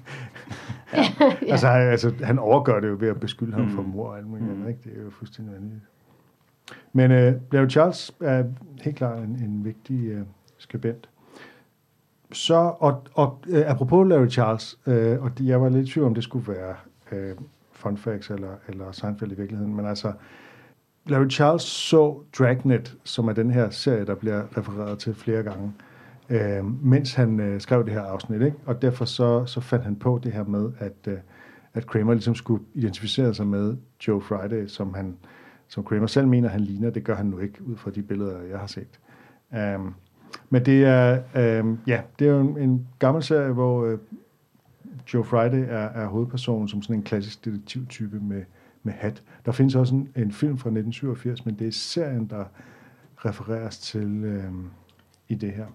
Ja. Altså, han overgør det jo ved at beskylde ham for mord og alt muligt andet, ikke? Det er jo fuldstændig vanvittigt. Men Larry Charles er helt klart en vigtig skribent. Så, og apropos Larry Charles, og jeg var lidt i tvivl om, det skulle være Fun Facts eller Seinfeld i virkeligheden, men altså, Larry Charles så Dragnet, som er den her serie, der bliver refereret til flere gange, mens han skrev det her afsnit, ikke? Og derfor så fandt han på det her med, at Kramer ligesom skulle identificere sig med Joe Friday, som Kramer selv mener, han ligner. Det gør han nu ikke, ud fra de billeder, jeg har set. Men det er, det er jo en gammel serie, hvor Joe Friday er hovedpersonen som sådan en klassisk detektivtype med hat. Der findes også en film fra 1987, men det er serien, der refereres til i det her.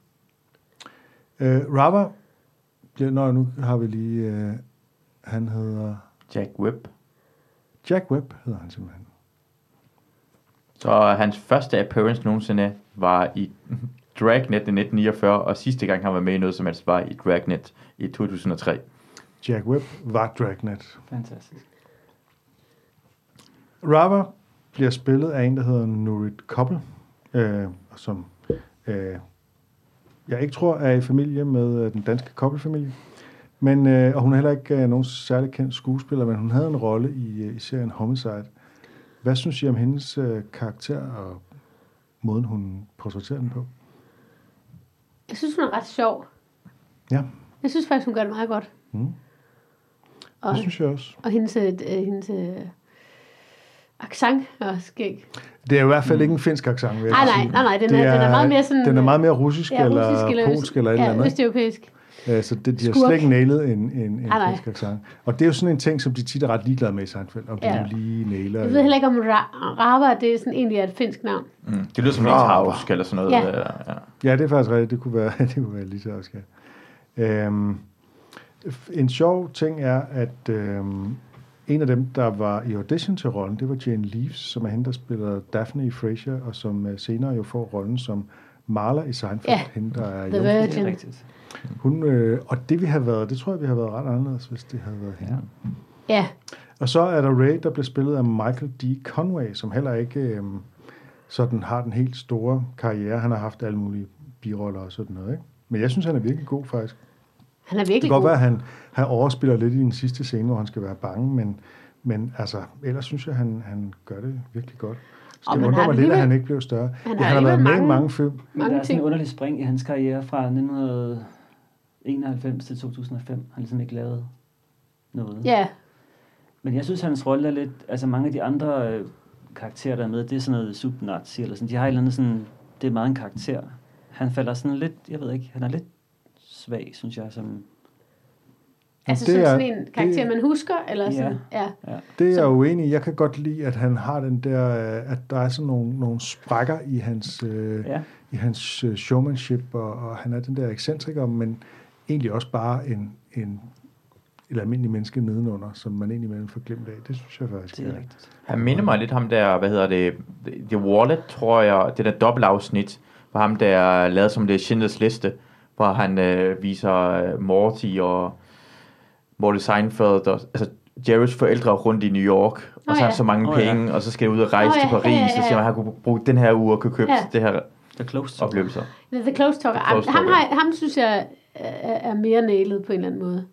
Rava, nu har vi lige, han hedder... Jack Webb. Jack Webb hedder han simpelthen. Så hans første appearance nogensinde var i Dragnet i 1949, og sidste gang han var med i noget som helst var i Dragnet i 2003. Jack Webb var Dragnet. Fantastisk. Rava bliver spillet af en, der hedder Nurit Koppel, som jeg ikke tror er i familie med den danske Koppel-familie. Men, og hun er heller ikke nogen særlig kendt skuespiller, men hun havde en rolle i serien Homicide. Hvad synes I om hendes karakter og måden, hun portrætterer den på? Jeg synes, hun er ret sjov. Ja. Jeg synes faktisk, hun gør det meget godt. Det synes jeg også. Og hendes accent er skæg. Det er i hvert fald ikke en finsk accent, vil jeg sige. Nej, den er meget mere sådan... Den er meget mere russisk, eller polsk, eller et eller andet. Ja, østeuropæisk. Så de har slet ikke nailet en finsk accent. Og det er jo sådan en ting, som de tit er ret ligeglade med i Seinfeld, om de lige nailer. Jeg ved heller ikke, om Rava, det er sådan egentlig et finsk navn. Det lyder som Lighthouse, eller sådan noget. Ja, det er faktisk rigtigt. Det kunne være Lighthouse, ja. En sjov ting er, at en af dem, der var i audition til rollen, det var Jane Leaves, som er hende, der spiller Daphne i Frasier, og som senere jo får rollen som Marla i Seinfeld. Hende, der er The Virgin. Hun, og det vi har været, det tror jeg, vi har været ret anderledes, hvis det havde været hende. Ja. Og så er der Ray, der bliver spillet af Michael D. Conway, som heller ikke sådan har den helt store karriere. Han har haft alle mulige biroller og sådan noget, ikke? Men jeg synes, han er virkelig god, faktisk. Han er virkelig god. Det kan godt være, at han overspiller lidt i den sidste scene, hvor han skal være bange, men altså, ellers synes jeg, han gør det virkelig godt. Så det undrer mig lidt, at han ikke blev større. Han har været med i mange film. Men der er sådan en underlig spring i hans karriere fra 1991 til 2005. Han har ligesom ikke lavet noget. Ja. Men jeg synes, hans rolle er lidt... Altså mange af de andre karakterer, der er med, det er sådan noget subnazi eller sådan. De har et eller andet sådan... Det er meget en karakter. Han falder sådan lidt... Jeg ved ikke, han er lidt svag, synes jeg, som... Altså som sådan en karakter, man husker, eller sådan? Ja. Det er jeg uenig i. Jeg kan godt lide, at han har den der, at der er sådan nogle sprækker i hans, showmanship, og han er den der ekscentriker, men egentlig også bare en almindelig menneske nedenunder, som man egentlig mellem får glemt af. Det synes jeg faktisk det er rigtigt. Han minder mig lidt ham der, The Wallet, tror jeg, det der dobbeltafsnit, hvor ham der lavet som det Schindlers Liste, hvor han viser Morty og Morty Seinfeld, og, altså Jerrys forældre rundt i New York, og så har så mange penge, og så skal jeg ud og rejse til Paris, og så siger man, at han kunne bruge den her uge og kunne købe det her oplevelser. The Close Talker. Ham synes jeg er mere nailet på en eller anden måde.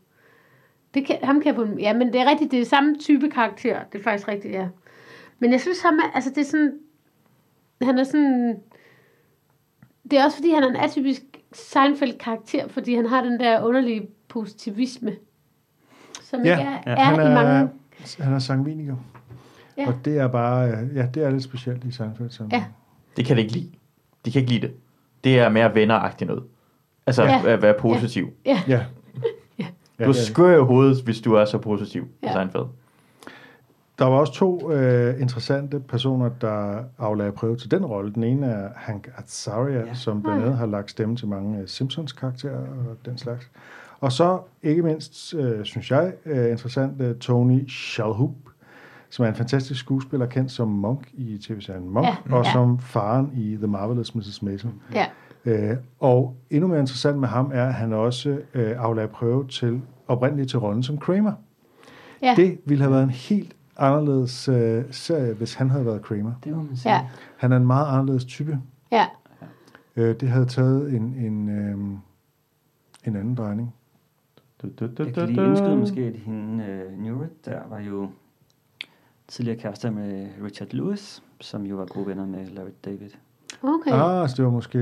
Men det er rigtigt, det er samme type karakter. Det er faktisk rigtigt, ja. Men jeg synes altså det er sådan, han er sådan, det er også fordi, han er en atypisk Seinfeld-karakter, fordi han har den der underlige positivisme, som ikke er i mange... Han er sangviniker. Ja. Og det er bare, det er lidt specielt i Seinfeld. Ja. Det kan de ikke lide. De kan ikke lide det. Det er mere venneragtigt noget. Altså at være positiv. Ja. Du er skør i hovedet, hvis du er så positiv i Seinfeld. Der var også to interessante personer, der aflagde prøve til den rolle. Den ene er Hank Azaria, som blandt andet har lagt stemme til mange Simpsons-karakterer og den slags. Og så ikke mindst, synes jeg, interessant Tony Shalhoub, som er en fantastisk skuespiller, kendt som Monk i tv-serien Monk, og som faren i The Marvelous Mrs. Maisel. Ja. Og endnu mere interessant med ham er, at han også aflagde prøve oprindeligt til rollen som Kramer. Ja. Det ville have været en helt anderledes serie, hvis han havde været Kramer. Det må man sige. Ja. Han er en meget anderledes type. Ja. Det havde taget en anden drejning. Jeg kan lige indskyde måske, at hende Nurit, der var jo tidligere kærester med Richard Lewis, som jo var gode venner med Larry David. Okay. Så det var måske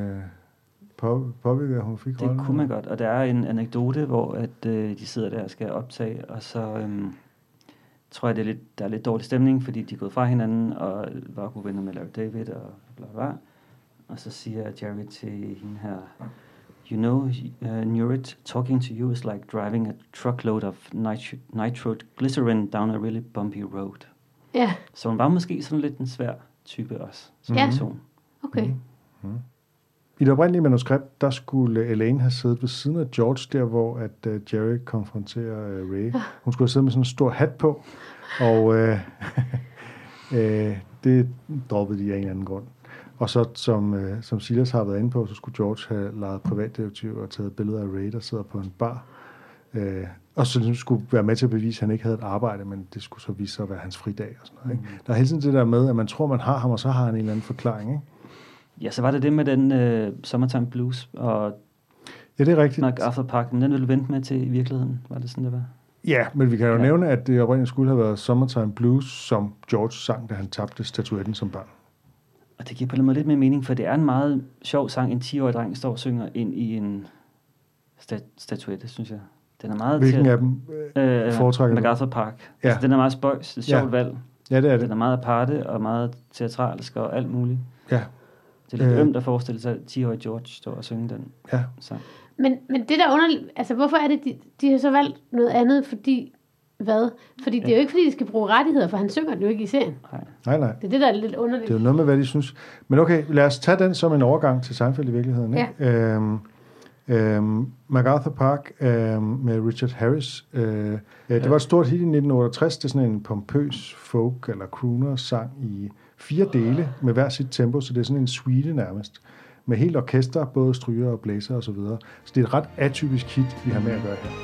påvirket, at hun fik rollen. Det kunne man godt, og der er en anekdote, hvor at de sidder der og skal optage, og så tror jeg, der er lidt dårlig stemning, fordi de er gået fra hinanden, og var gode venner med Larry David, og bla bla. Og så siger Jerry til hende her, you know, Nurit, talking to you is like driving a truckload of nitroglycerin down a really bumpy road. Ja. Så hun var måske sådan lidt en svær type også, som person. Okay. I det oprindelige manuskript, der skulle Elaine have siddet ved siden af George, der hvor at Jerry konfronterer Ray. Hun skulle have siddet med sådan en stor hat på, og det droppede de af en eller anden grund. Og så, som Silas har været inde på, så skulle George have lejet privatdetektiv og taget billeder af Ray, der sidder på en bar. Og så skulle være med til at bevise, at han ikke havde et arbejde, men det skulle så vise sig at være hans fridag og sådan noget. Ikke? Der er hele tiden det der med, at man tror, man har ham, og så har han en eller anden forklaring, ikke? Ja, så var det med den Summertime Blues og ja, det er rigtigt. MacArthur Park, men den ville du vente med til i virkeligheden, var det sådan, det var? Ja, men vi kan jo nævne, at det oprindeligt skulle have været Summertime Blues, som George sang, da han tabte statuetten som barn. Og det giver på en måde lidt mere mening, for det er en meget sjov sang, en 10-årig dreng står og synger ind i en statuette, synes jeg. Den er meget hvilken af dem foretrækker du? MacArthur Park. Ja. Altså, den er meget spøjs, det er et sjovt valg. Ja, det er det. Den er meget aparte og meget teatralsk og alt muligt. Ja. Det er lidt ømt at forestille sig, at 10-årige George står og synger den sang. Men det der underligt, altså hvorfor er det, de har så valgt noget andet, fordi hvad? Fordi det er jo ikke, fordi de skal bruge rettigheder, for han synger det jo ikke i serien. Nej. Det er det, der er lidt underligt. Det er jo noget med, hvad de synes. Men okay, lad os tage den som en overgang til Seinfeld i virkeligheden. Ikke? Ja. MacArthur Park med Richard Harris. Det var et stort hit i 1968. Det er sådan en pompøs folk- eller crooner-sang i 4 dele med hver sit tempo, så det er sådan en suite nærmest. Med helt orkester, både stryger og blæser og så videre. Så det er et ret atypisk hit, vi har med at gøre her.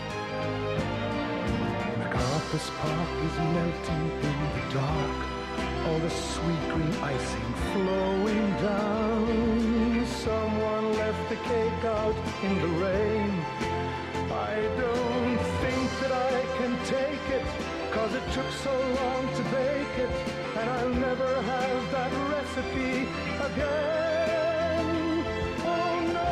MacArthur's Park is melting in the dark. All the sweet green icing flowing down. Someone left the cake out in the rain. I don't think that I can take it, 'cause it took so long to bake it, and I'll never have that recipe again. Oh no.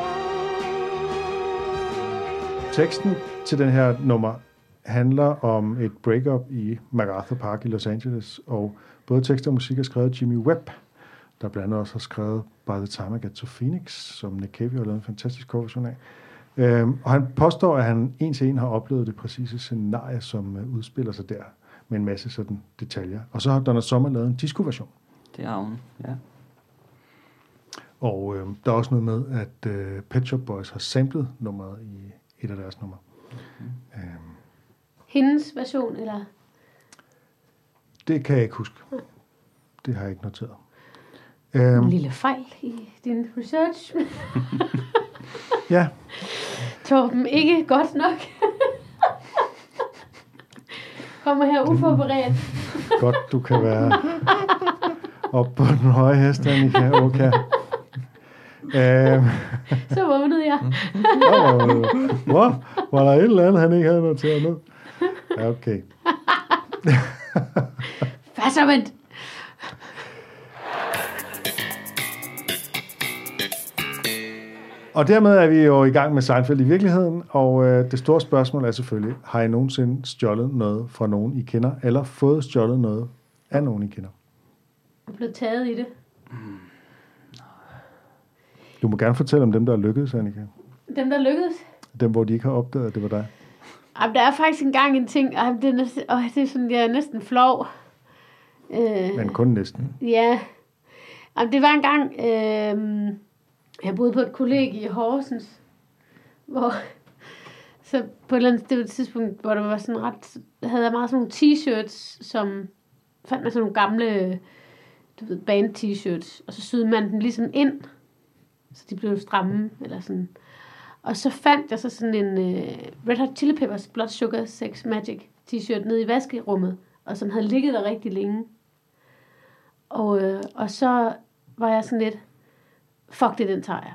Teksten til den her nummer handler om et breakup i MacArthur Park i Los Angeles, og både tekst og musik er skrevet af Jimmy Webb, der blandt andet også har skrevet By the Time I Get to Phoenix, som Nick Cave har lavet en fantastisk coverversion af. Og han påstår, at han en til en har oplevet det præcise scenarie, som udspiller sig der, med en masse sådan detaljer. Og så har Donna Summer lavet en disco-version. Det er hun, ja. Og der er også noget med, at Pet Shop Boys har samlet nummeret i et af deres numre. Hendes version, eller? Det kan jeg ikke huske. Det har jeg ikke noteret. En lille fejl i din research. Ja. Torben, ikke godt nok. Kommer her uforberedt. Godt, du kan være op på den høje hest, Annika. Okay. Så vågnede jeg. Var der et eller andet, han ikke havde noteret ned? Ja, okay. Fasservendt. Og dermed er vi jo i gang med Seinfeld i virkeligheden, og det store spørgsmål er selvfølgelig, har I nogensinde stjålet noget fra nogen, I kender, eller fået stjålet noget af nogen, I kender? Jeg er blevet taget i det. Du må gerne fortælle om dem, der er lykkedes, Annika. Dem, der lykkedes? Dem, hvor de ikke har opdaget, at det var dig. Jamen, der er faktisk engang en ting, og det er sådan, jeg er næsten flov. Men kun næsten. Ja. Jamen, det var en gang, jeg boede på et kollegie i Horsens, hvor så på et eller andet tidspunkt, hvor der var sådan ret, havde jeg meget sådan nogle t-shirts, som fandt man sådan nogle gamle, band t-shirts, og så syede man den ligesom ind, så de blev stramme, eller sådan. Og så fandt jeg så sådan en Red Hot Chili Peppers Blood Sugar Sex Magic t-shirt nede i vaskerummet, og som havde ligget der rigtig længe. Og så var jeg sådan lidt, fuck det, den tager jeg.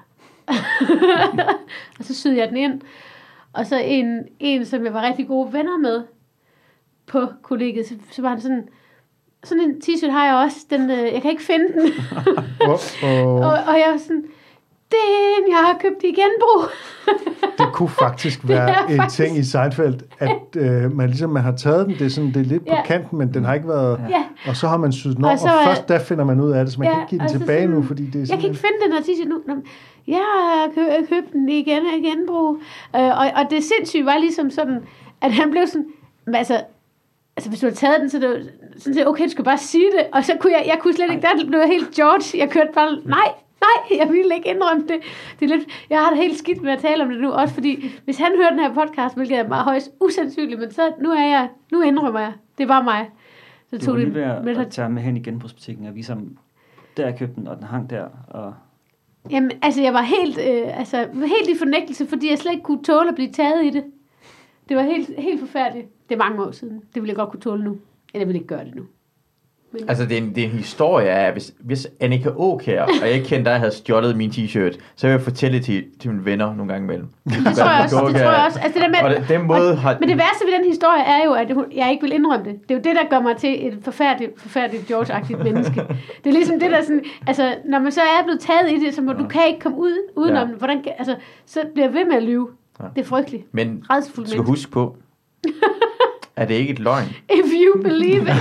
Og så syede jeg den ind. Og så en som jeg var rigtig gode venner med på kollegiet, så var han sådan en t-shirt har jeg også. Den, jeg kan ikke finde den. Og jeg var sådan, den jeg har købt i genbrug. Det kunne faktisk være en ting i Seinfeld, at man har taget den, det er lidt på kanten, men den har ikke været, og så har man syet den over, og først der finder man ud af det, så man kan ikke give den tilbage sådan, nu, fordi det er jeg kan ikke finde den her t-shirt nu. Jeg har købt den igen i genbrug. Og det sindssyge var ligesom sådan, at han blev sådan, altså hvis du havde taget den, så det var sådan, okay, du skal bare sige det, og så kunne jeg kunne slet ikke, der blev jeg helt George, jeg kørte bare, nej, jeg ville ikke indrømme det. Det er lidt, jeg har det helt skidt med at tale om det nu, også fordi, hvis han hører den her podcast, hvilket er meget højst usandsynligt, men så nu indrømmer jeg, det var mig. Så tog det med at tage med hen i genbrugsbutikken og vise ham, der jeg købte den, og den hang der, og... Jamen, altså, jeg var helt i fornægtelse, fordi jeg slet ikke kunne tåle at blive taget i det. Det var helt forfærdeligt. Det er mange år siden. Det ville jeg godt kunne tåle nu. Eller jeg vil ikke gøre det nu. Men... Altså, det er en historie af, hvis Annika Aakjær, og jeg ikke kendte dig, havde stjålet min t-shirt, så vil jeg fortælle til mine venner nogle gange imellem. Det tror jeg også. Altså, det der med, men det værste ved den historie er jo, at jeg ikke vil indrømme det. Det er jo det, der gør mig til et forfærdeligt George-agtigt menneske. Det er ligesom det, der sådan... Altså, når man så er blevet taget i det, så må du kan ikke komme udenom det. Hvordan, altså, så bliver jeg ved med at lyve. Ja. Det er frygteligt. Men du skal huske på, er det ikke et løgn? If you believe it.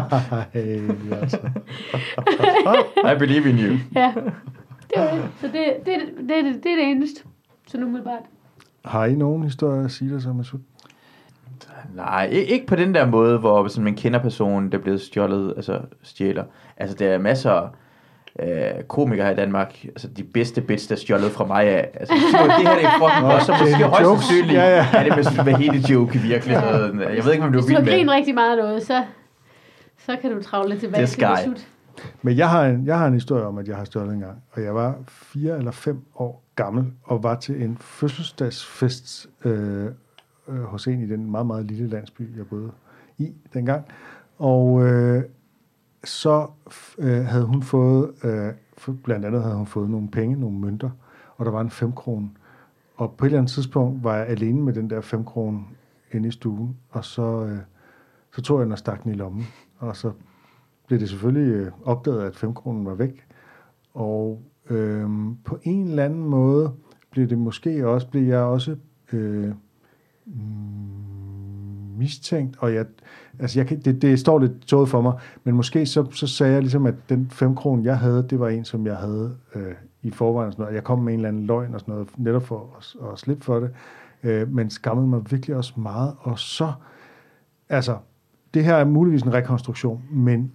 I believe in you. Ja, det var det. Så det er det eneste. Så nu umiddelbart. Har I nogen historier at sige dig som Masud? Nej, ikke på den der måde, hvor sådan, man kender personen, der er blevet stjålet, altså stjæler. Altså, der er masser komikere her i Danmark, altså de bedste bits, der stjålet fra mig af. Altså, det her det er fucking godt, så måske højst sandsynligt er det med hele joke i virkeligheden. Jeg ved ikke, om du er vild med. Hvis du har grinet rigtig meget af noget, så kan du travle lidt tilbage til Masud. Men jeg har en historie om, at jeg har stjålet en gang, og jeg var 4 eller 5 år gammel, og var til en fødselsdagsfest hos en i den meget, meget lille landsby, jeg boede i dengang. Og så havde hun fået, blandt andet havde hun fået nogle penge, nogle mønter, og der var en 5-krone. Og på et eller andet tidspunkt var jeg alene med den der 5-krone inde i stuen, og så tog jeg den og stak den i lommen. Og så blev det selvfølgelig opdaget, at 5-kronen var væk. Og på en eller anden måde blev jeg også mistænkt, og det står lidt tåget for mig, men måske så sagde jeg ligesom, at den 5-krone, jeg havde, det var en, som jeg havde i forvejen, og sådan noget. Jeg kom med en eller anden løgn og sådan noget, netop for at slippe for det, men skammede mig virkelig også meget, og så, altså, det her er muligvis en rekonstruktion, men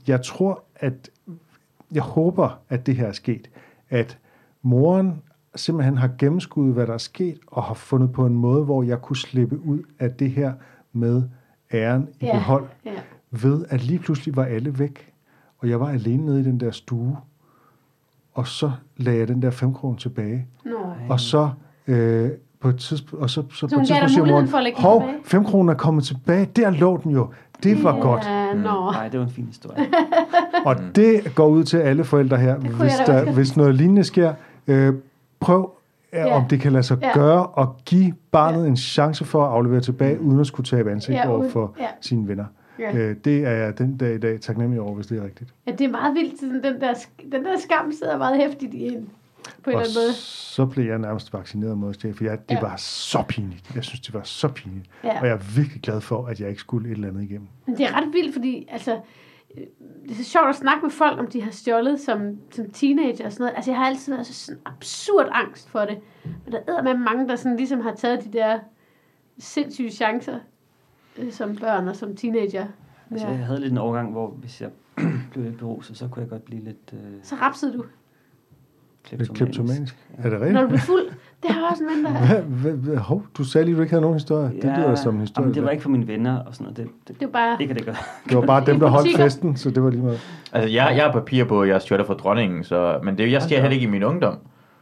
jeg håber, at det her er sket, at moren simpelthen har gennemskuddet, hvad der er sket, og har fundet på en måde, hvor jeg kunne slippe ud af det her med æren i behold, ved at lige pludselig var alle væk, og jeg var alene nede i den der stue, og så lagde jeg den der 5-krone tilbage, og så på et tidspunkt, og så på et tidspunkt siger moren, 5-kronen er kommet tilbage, der lå den jo, det var godt. Nej, det var en fin historie. Og det går ud til alle forældre her, hvis noget lignende sker, prøv om det kan lade sig gøre, og give barnet en chance for at aflevere tilbage, uden at skulle tabe ansigt over for sine venner. Det er jeg den dag i dag taknemmelig over, hvis det er rigtigt. Ja, det er meget vildt. Den der skam sidder meget hæftigt i en. På en eller anden måde. Så blev jeg nærmest vaccineret mod det, for det var så pinligt. Jeg synes, det var så pinligt. Og jeg er virkelig glad for, at jeg ikke skulle et eller andet igennem. Men det er ret vildt, fordi altså, det er så sjovt at snakke med folk, om de har stjålet som teenager og sådan noget. Altså, jeg har altid været sådan absurd angst for det. Men der er med mange, der sådan ligesom har taget de der sindssyge chancer som børn og som teenager. Altså, jeg havde lidt en overgang, hvor hvis jeg blev lidt beruset, så kunne jeg godt blive lidt... Så rapsede du? Lidt kleptomanisk. Ja. Er det rigtigt? Når du blev fuld, det har også en ven, du sagde lige, du ikke havde nogen historie. Det lyder som en historie. Jamen, det var ikke for mine venner og sådan noget. Det var bare... Ikke det gør. Det var bare dem, der holdt festen, så det var lige meget. Altså, jeg har papir på, at jeg stjålet fra dronningen, men jeg stjæler heller ikke i min ungdom.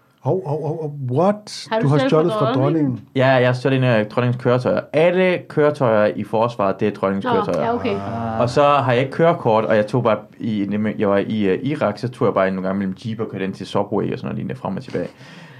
What? Du har stjålet fra dronningen? Ja, jeg har stjålet en af dronningens køretøjer. Alle køretøjer i forsvaret, det er dronningens køretøjer. Ja, okay. Og så har jeg ikke kørekort, og jeg tog bare jeg var i Irak, så tog jeg bare nogle gange mellem Jeep og kørte ind til Subway og sådan noget lignende frem og tilbage.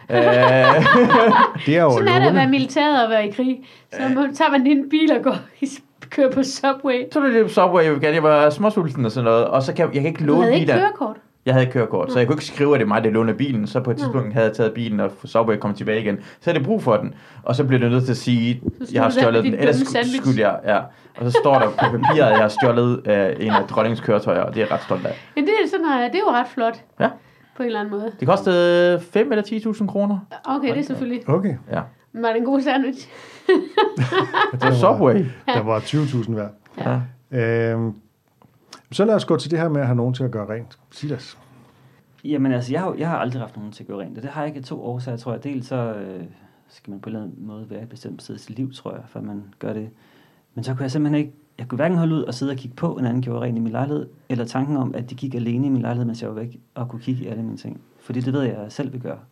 Det er jo sådan er det at være militæret og være i krig. Så tager man din bil og kører på Subway. Så er det Subway, jeg var småsulten og sådan noget, og så jeg kan ikke låne biler. Du havde ikke kørekort? Jeg havde kørekort, så jeg kunne ikke skrive, at det er mig, der låner bilen. Så på et tidspunkt havde jeg taget bilen, og Subway kom tilbage igen. Så havde det brug for den. Og så blev det nødt til at sige, at jeg har stjålet den. Ellers skulle jeg, ja. Og så står der på papiret, at jeg har stjålet en af dronningens køretøjer, og det er jeg ret stolt af. Ja, det er jo ret flot. Ja. På en eller anden måde. Det kostede 5 eller 10.000 kroner. Okay, det er selvfølgelig. Okay. Ja. Men var det en god sandwich? Det var Subway. Der var 20.000 hver. Ja. Så lad os gå til det her med at have nogen til at gøre rent. Silas. Jamen altså, jeg har aldrig haft nogen til at gøre rent, og det har jeg ikke 2 årsager, tror jeg. Dels så skal man på en eller anden måde være i bestemt sted i sit liv, tror jeg, for man gør det. Men så kunne jeg simpelthen ikke, jeg kunne hverken holde ud og sidde og kigge på, en anden gjorde rent i min lejlighed, eller tanken om, at de gik alene i min lejlighed, mens jeg var væk, og kunne kigge i alle mine ting. Fordi det ved jeg selv vil gøre.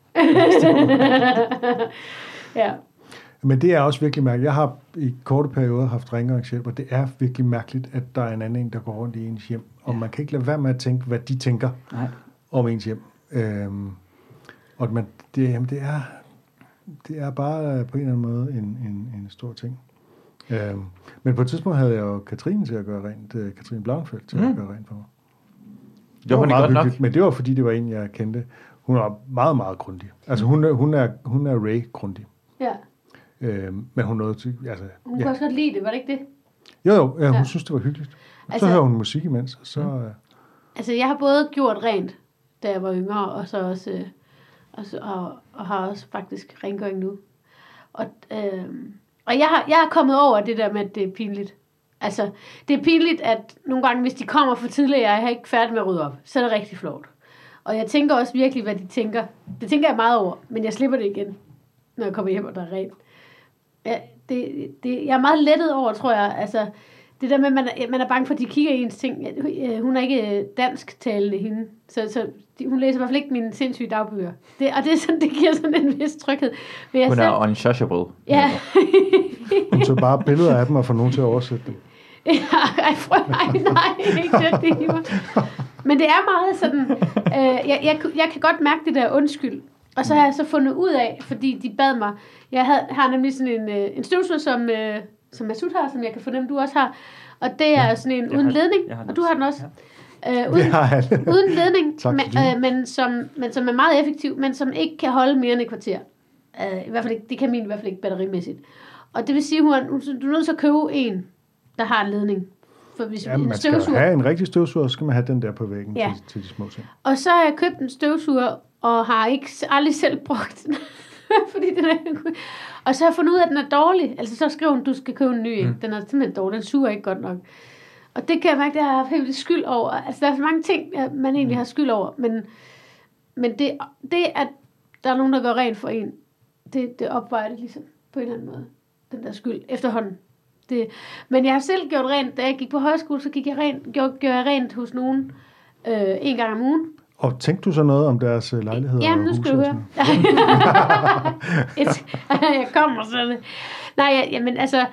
Ja. Men det er også virkelig mærkeligt. Jeg har i korte perioder haft rengøringshjælp, og det er virkelig mærkeligt, at der er en anden, der går rundt i ens hjem. Og man kan ikke lade være med at tænke, hvad de tænker om ens hjem. Og det er bare på en eller anden måde en stor ting. Men på et tidspunkt havde jeg jo Katrine til at gøre rent, Katrine Blauenfeldt til at gøre rent for mig. Det var meget hyggeligt, men det var fordi, det var en, jeg kendte. Hun var meget, meget grundig. Altså hun er Ray-grundig. Ja. Men hun nåede til... Altså, hun kunne også godt lide det, var det ikke det? Jo, hun synes, det var hyggeligt. Så hører hun musik imens, og så... Altså, jeg har både gjort rent, da jeg var yngre, og så også... og har også faktisk rengøring nu. Og jeg har kommet over det der med, at det er pinligt. Altså, det er pinligt, at nogle gange, hvis de kommer for tidligt, jeg er ikke færdig med at rydde op, så er det rigtig flot. Og jeg tænker også virkelig, hvad de tænker. Det tænker jeg meget over, men jeg slipper det igen, når jeg kommer hjem, og der er rent. Ja, jeg er meget lettet over, tror jeg. Altså, det der med, man er bange for, at de kigger i ens ting. Hun er ikke dansktalende, hende. Så hun læser i hvert fald ikke mine sindssyge dagbøger. Og det er sådan, det giver sådan en vis tryghed. Hun er unshushable. Ja. Hun tager bare billeder af dem og får nogen til at oversætte dem. Nej, ikke det. Men det er meget sådan... Jeg kan godt mærke det der undskyld. Og så har jeg så fundet ud af, fordi de bad mig... Jeg har nemlig sådan en støvsuger, som Masud har, som jeg kan fornemme, du også har. Og det er sådan en uden ledning, og du har den også. Uden ledning, men som er meget effektiv, men som ikke kan holde mere end et kvarter. I hvert fald ikke, det kan min i hvert fald ikke batterimæssigt. Og det vil sige, at du er nødt til at købe en, der har en ledning. For hvis man skal have en rigtig støvsuger, så skal man have den der på væggen til de små ting. Og så har jeg købt en støvsuger, og har aldrig selv brugt den. Fordi den er... Og så har jeg fundet ud af, at den er dårlig. Altså så skriver hun, du skal købe en ny. Den er simpelthen dårlig, den suger ikke godt nok. Og det kan jeg mærke, at jeg har haft helt skyld over. Altså der er så mange ting, man egentlig har skyld over. Men det at der er nogen, der gør rent for en, det opvejer det ligesom på en eller anden måde. Den der skyld efterhånden. Men jeg har selv gjort rent, da jeg gik på højskole, så gjorde jeg rent hos nogen en gang om ugen. Og tænkte du så noget om deres lejligheder? Jamen, nu skal du høre. Jeg kommer så. Nej, jamen altså,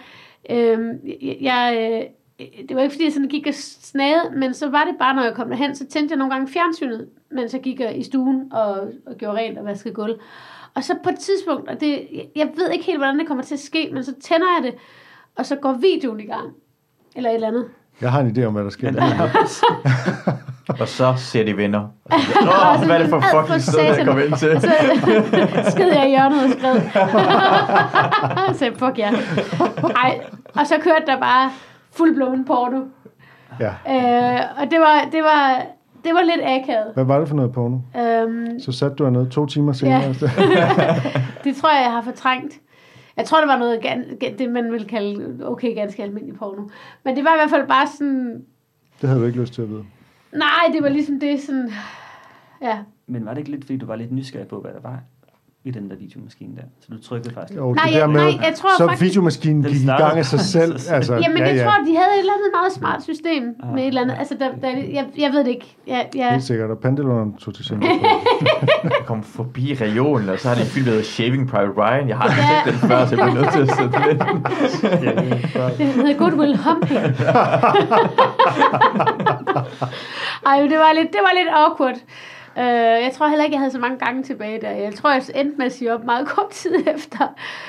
det var ikke fordi, jeg sådan gik og snagede, men så var det bare, når jeg kom derhen, så tændte jeg nogle gange fjernsynet, mens jeg gik i stuen og gjorde rent og vaskede gulv. Og så på et tidspunkt, og jeg ved ikke helt, hvordan det kommer til at ske, men så tænder jeg det, og så går videoen i gang. Eller et eller andet. Jeg har en idé om, hvad der sker. Og så ser de venner. Hvad er det for fucking sted, jeg kommer ind til? Så sked jeg i hjørnet og skred. Så fuck ja. Ej, og så kørte der bare fuldblåen porno. Ja. Og det var lidt akavet. Hvad var det for noget porno? Så satte du hernede 2 timer senere. Ja. Det tror jeg har fortrængt. Jeg tror, det var noget, det man ville kalde ganske almindelig porno. Men det var i hvert fald bare sådan... Det havde du ikke lyst til at vide. Nej, det var ligesom det sådan... Ja. Men var det ikke lidt, fordi du var lidt nysgerrig på, hvad der var i den der videomaskine der? Så du trykkede faktisk... Jo, nej, jeg tror så faktisk... videomaskinen gik i gang af sig selv. Altså, jamen, jeg tror, de havde et eller andet meget smart system med et eller andet. Altså, jeg ved det ikke. Helt sikkert, og Pandelon tog til Singapore. Jeg kom forbi regionen, og så har de filmet Shaving Private Ryan. Jeg har ikke set den før, så jeg blev nødt til at sætte den ind. Det hedder Good Will Hunting. Ej, det var lidt awkward. Jeg tror heller ikke, jeg havde så mange gange tilbage der. Jeg tror, jeg endte med at sige op meget kort tid efter.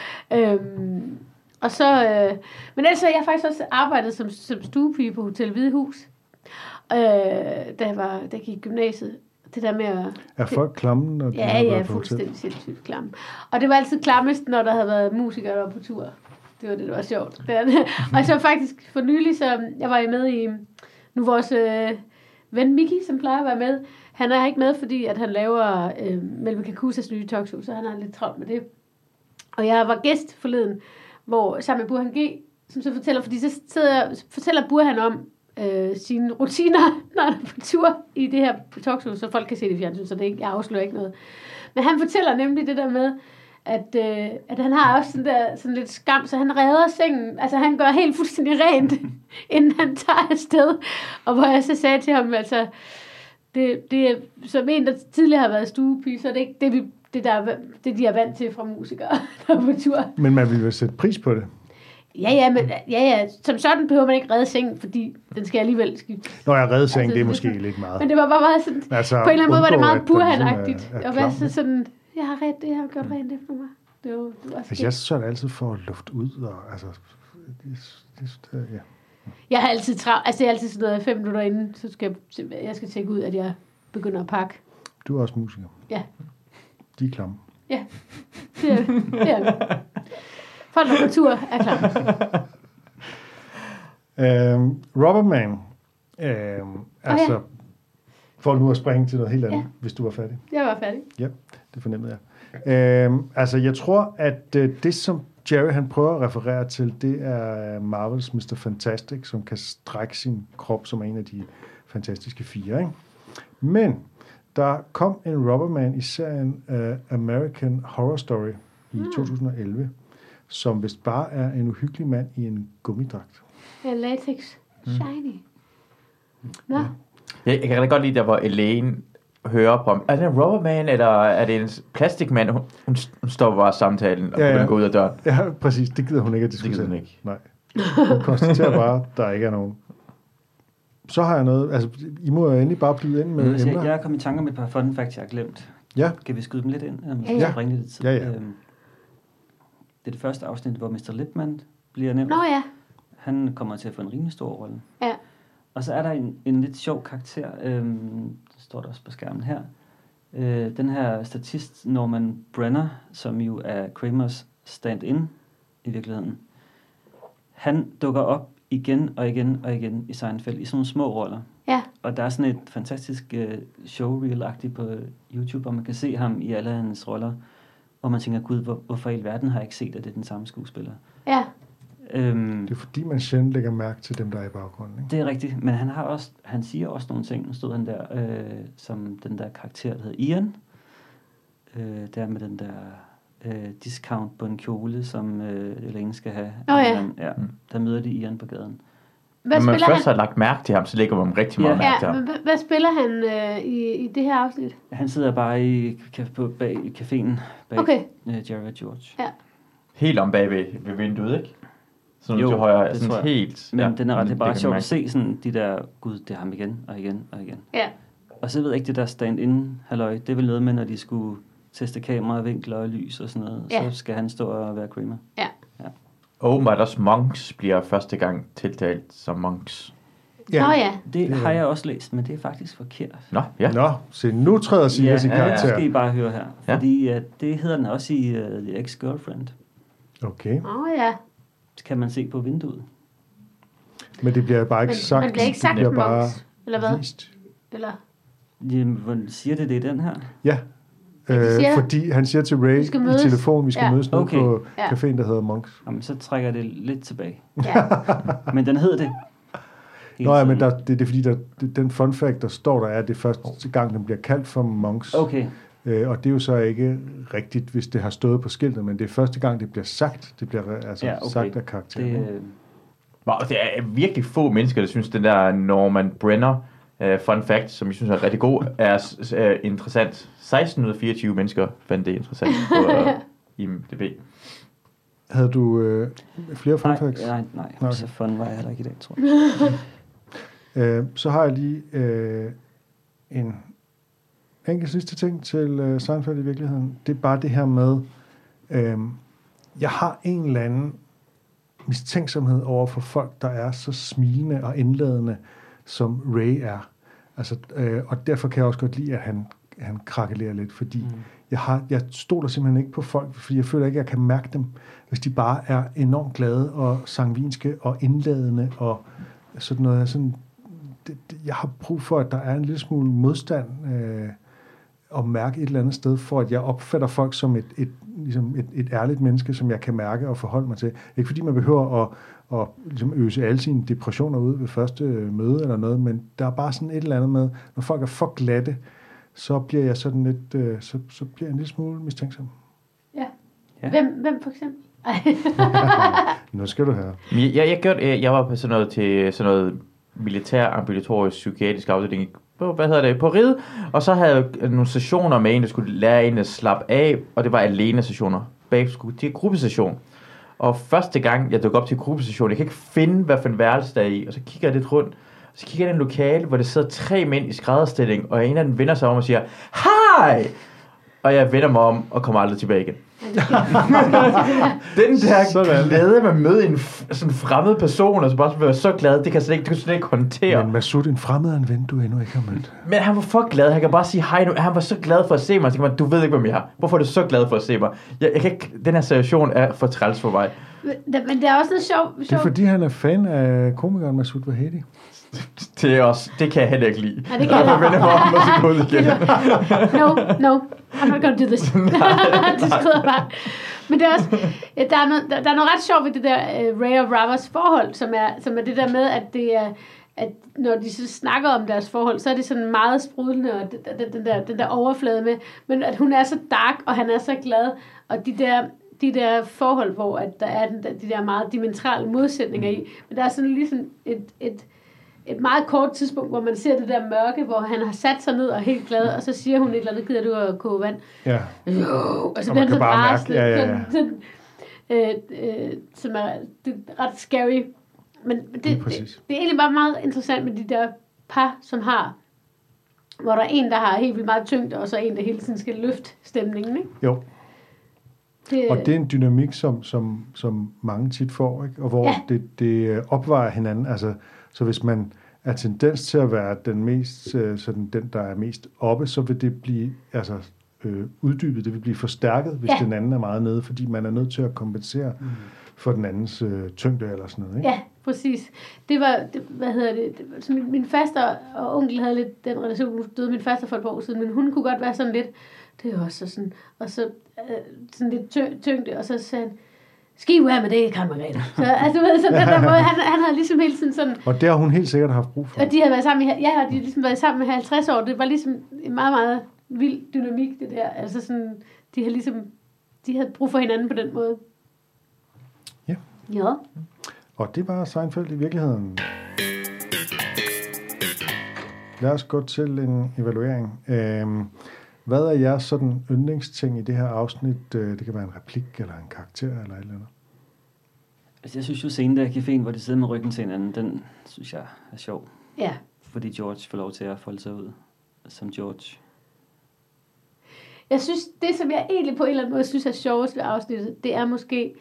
Og så... men ellers har jeg faktisk også arbejdet som stuepige på Hotel Hvide Hus. Da jeg gik i gymnasiet. Det der med at... Er folk klamme, når de har Ja, været på hotel? fuldstændig sindssygt klamme. Og det var altid klammest, når der havde været musikere, der var på tur. Det var det, der var sjovt. Og så faktisk for nylig, så jeg var med i... Nu vores ven Miki, som plejer at være med, han er ikke med, fordi at han laver Melvin Kakusas nye talkshow, så han har lidt travlt med det. Og jeg var gæst forleden, hvor sammen med Burhan G, som så fortæller, fordi så fortæller Burhan om sine rutiner, når han er på tur i det her talkshow, så folk kan se det i fjernsyn, så det ikke, jeg afslører ikke noget. Men han fortæller nemlig det der med, at han har også sådan lidt skam, så han redder sengen, altså han gør helt fuldstændig rent, inden han tager afsted. Og hvor jeg så sagde til ham, altså, det er som en, der tidligere har været stuepige, så det er ikke det, de er vant til fra musikere, der er på tur. Men man vil jo sætte pris på det. Ja, som sådan behøver man ikke redde sengen, fordi den skal alligevel skifte. Når jeg redder sengen, det er måske lidt meget. Men det var bare meget sådan, altså, på en eller anden måde var det meget Burhan-agtigt. Ligesom Og hvad sådan, jeg har gjort rent efter mig. Det var hvis jeg så det altid for luft ud, og altså, ja. Jeg har altid jeg er altid sådan noget 5 minutter inden, så skal jeg skal tjekke ud, at jeg begynder at pakke. Du er også musiker. Ja. De er klamme. Ja, det er det. Folk der på tur er klamme. Rubberman. Altså, for nu at springe til noget helt andet, hvis du var færdig. Jeg var færdig. Ja, det fornemmede jeg. Altså, jeg tror, at det, som Jerry han prøver at referere til, det er Marvels Mr. Fantastic, som kan strække sin krop som en af de fantastiske 4, ikke? Men der kom en Rubberman i serien American Horror Story i 2011, som vist bare er en uhyggelig mand i en gummidragt. Ja, latex. Shiny. Nå. Jeg kan rigtig godt lide, der hvor Elaine hører på, er det en Rubberman, eller er det en plastikmand? Hun stopper bare samtalen, og begynder gå ud af døren. Ja, præcis. Det gider hun ikke at diskutere. Det gider hun ikke. Nej. Hun konstaterer bare, at der ikke er nogen. Så har jeg noget, altså, I må jo endelig bare blive ind med emner. Jeg er kommet i tanker med et par fun facts, jeg har glemt. Ja. Kan vi skyde dem lidt ind? Ja. Lidt tid. Ja. Det er det første afsnit, hvor Mr. Lipman bliver nævnt. Nå ja. Han kommer til at få en rimelig stor rolle. Ja. Og så er der en lidt sjov karakter, det står der også på skærmen her. Den her statist Norman Brenner, som jo er Kramers stand-in i virkeligheden. Han dukker op igen og igen i Seinfeld i sådan nogle små roller. Ja. Og der er sådan et fantastisk showreel-agtigt på YouTube, hvor man kan se ham i alle hans roller, hvor man tænker, gud, hvorfor i verden har jeg ikke set, at det er den samme skuespiller? Ja. Det er fordi, man sjældent lægger mærke til dem, der er i baggrunden. Ikke? Det er rigtigt, men han siger også nogle ting. Nu stod han der, som den der karakter, der hedder Ian. Der med den der discount på en kjole, som Elaine skal have. Der møder de Ian på gaden. Når man først har lagt mærke til ham, så lægger man rigtig meget mærke til ham. Hvad spiller han i det her afsnit? Han sidder bare bag i caféen bag Jerry og George. Ja. Helt om bag ved vinduet, ikke? Sådan jo, til højre, det sådan tror jeg. Helt. Men den er ret, det er bare sjovt at se sådan de der, gud, det er ham igen og igen og igen. Ja. Og så ved jeg ikke, det der stand-in, halløj, det er vel noget med, når de skulle teste kameravinkler og lys og sådan noget, så skal han stå og være Kramer. Ja. Åbenbart også Monks bliver første gang tiltalt som Monks. Ja. Det har jeg også læst, men det er faktisk forkert. Nå, så nu træder Silas i karakter. Ja, skal I bare høre her. Fordi det hedder den også i The Ex-Girlfriend. Okay. Ja. Det kan man se på vinduet. Men det bliver bare ikke sagt. Men bliver ikke sagt Monks, eller hvad? Vist. Eller? Jamen, hvordan siger det i den her? Ja. Fordi han siger til Ray i telefon, vi skal mødes nu på caféen, der hedder Monks. Jamen, så trækker det lidt tilbage. Ja. Men den hedder det. Nå ja, men det er fordi, den fun fact, der står der, er, at det første gang, den bliver kaldt for Monks. Okay. Og det er jo så ikke rigtigt, hvis det har stået på skiltet, men det er første gang, det bliver sagt. Det bliver sagt af karakteren. Det er virkelig få mennesker, der synes, den der Norman Brenner fun fact, som jeg synes er rigtig god, er interessant. 16 ud af 24 mennesker fandt det interessant på IMDb. Havde du flere fun facts? Nej. Okay. Så fun var jeg heller ikke i dag, tror jeg. Så har jeg lige en enkelt sidste ting til Seinfeld i virkeligheden. Det er bare det her med, jeg har en eller anden mistænksomhed over for folk, der er så smilende og indladende, som Ray er. Altså, og derfor kan jeg også godt lide, at han krakelerer lidt, fordi jeg stoler simpelthen ikke på folk, fordi jeg føler ikke, at jeg kan mærke dem, hvis de bare er enormt glade og sangvinske og indladende og sådan noget. Sådan, jeg har brug for, at der er en lille smule modstand og mærke et eller andet sted, for at jeg opfatter folk som et ærligt menneske, som jeg kan mærke og forholde mig til. Ikke fordi man behøver at ligesom øse alle sine depressioner ud ved første møde eller noget, men der er bare sådan et eller andet med, når folk er for glatte, så bliver jeg sådan lidt, så bliver jeg en lille smule mistænksom. Ja. Hvem for eksempel? Nu skal du høre. Jeg var på sådan noget militær ambulatorisk psykiatrisk afdeling på Riget, og så havde jeg nogle sessioner med en, der skulle lære en at slappe af, og det var alene sessioner. Bagefter til gruppesession. Og første gang, jeg dukker op til gruppesession, jeg kan ikke finde, hvad for en værelse der er i, og så kigger jeg lidt rundt, og så kigger jeg i en lokale, hvor der sidder 3 mænd i skrædderstilling, og en af dem vender sig om og siger, hej! Og jeg vender mig om, og kommer aldrig tilbage igen. Den der glæde med at møde en sådan fremmed person, og så bare være så glad, det kan du slet ikke håndtere. Men Masud, en fremmed er en ven, du endnu ikke har mødt. Men han var for glad, han kan bare sige hej nu, han var så glad for at se mig, så kan man, du ved ikke, hvem jeg er. Hvorfor er du så glad for at se mig? Jeg kan ikke, den her situation er for træls for mig. Men det er også noget sjovt. Det er fordi, han er fan af komikeren Masoud Vahedi. Det kan jeg heller ikke lide. Ja, det kan jeg vende mig om, og så gå ud igen. No, I'm not gonna do this. Det skrider bare. Men det er også, der er noget ret sjovt ved det der Ray og Ravers forhold, som er det der med, at det er, at når de så snakker om deres forhold, så er det sådan meget sprudlende, og den der overflade med, men at hun er så dark, og han er så glad, og de der forhold, hvor at der er de der meget dimensionale modsætninger i, men der er sådan ligesom et meget kort tidspunkt, hvor man ser det der mørke, hvor han har sat sig ned og er helt glad, og så siger hun et eller andet, gider du at koge vand? Ja. Jo, og så bliver han så rasende, som er ret scary. Men det er egentlig bare meget interessant med de der par, som har, hvor der er en, der har helt vildt meget tyngde, og så en, der hele tiden skal løfte stemningen, ikke? Jo. Og det er en dynamik, som mange tit får, ikke? Og hvor det opvejer hinanden. Altså, så hvis man er tendens til at være den mest, sådan den, der er mest oppe, så vil det blive uddybet, det vil blive forstærket, hvis den anden er meget nede, fordi man er nødt til at kompensere for den andens tyngde eller sådan noget, ikke? Ja, præcis. Det var, så min faster og onkel havde lidt den relation, nu døde min faster for et par år siden, men hun kunne godt være sådan lidt, det er også sådan, og så sådan lidt tyngde, og så sagde han, skal I jo have med det, Karen Margrethe? Så altså, du ved, sådan den der måde, han havde ligesom hele tiden sådan... Og det har hun helt sikkert haft brug for. Og de havde været sammen de har ligesom været sammen med 50 år, det var ligesom en meget, meget vild dynamik, det der. Altså sådan, de havde brug for hinanden på den måde. Ja. Ja. Og det var Seinfeld i virkeligheden. Lad os gå til en evaluering. Hvad er jeres sådan yndlingsting i det her afsnit? Det kan være en replik eller en karakter eller et eller andet. Altså, jeg synes jo scenen der i caféen, hvor de sidder med ryggen til hinanden, den synes jeg er sjov. Ja. Fordi George får lov til at folde sig ud som George. Jeg synes, det som jeg egentlig på en eller anden måde synes er sjovest ved afsnittet, det er måske...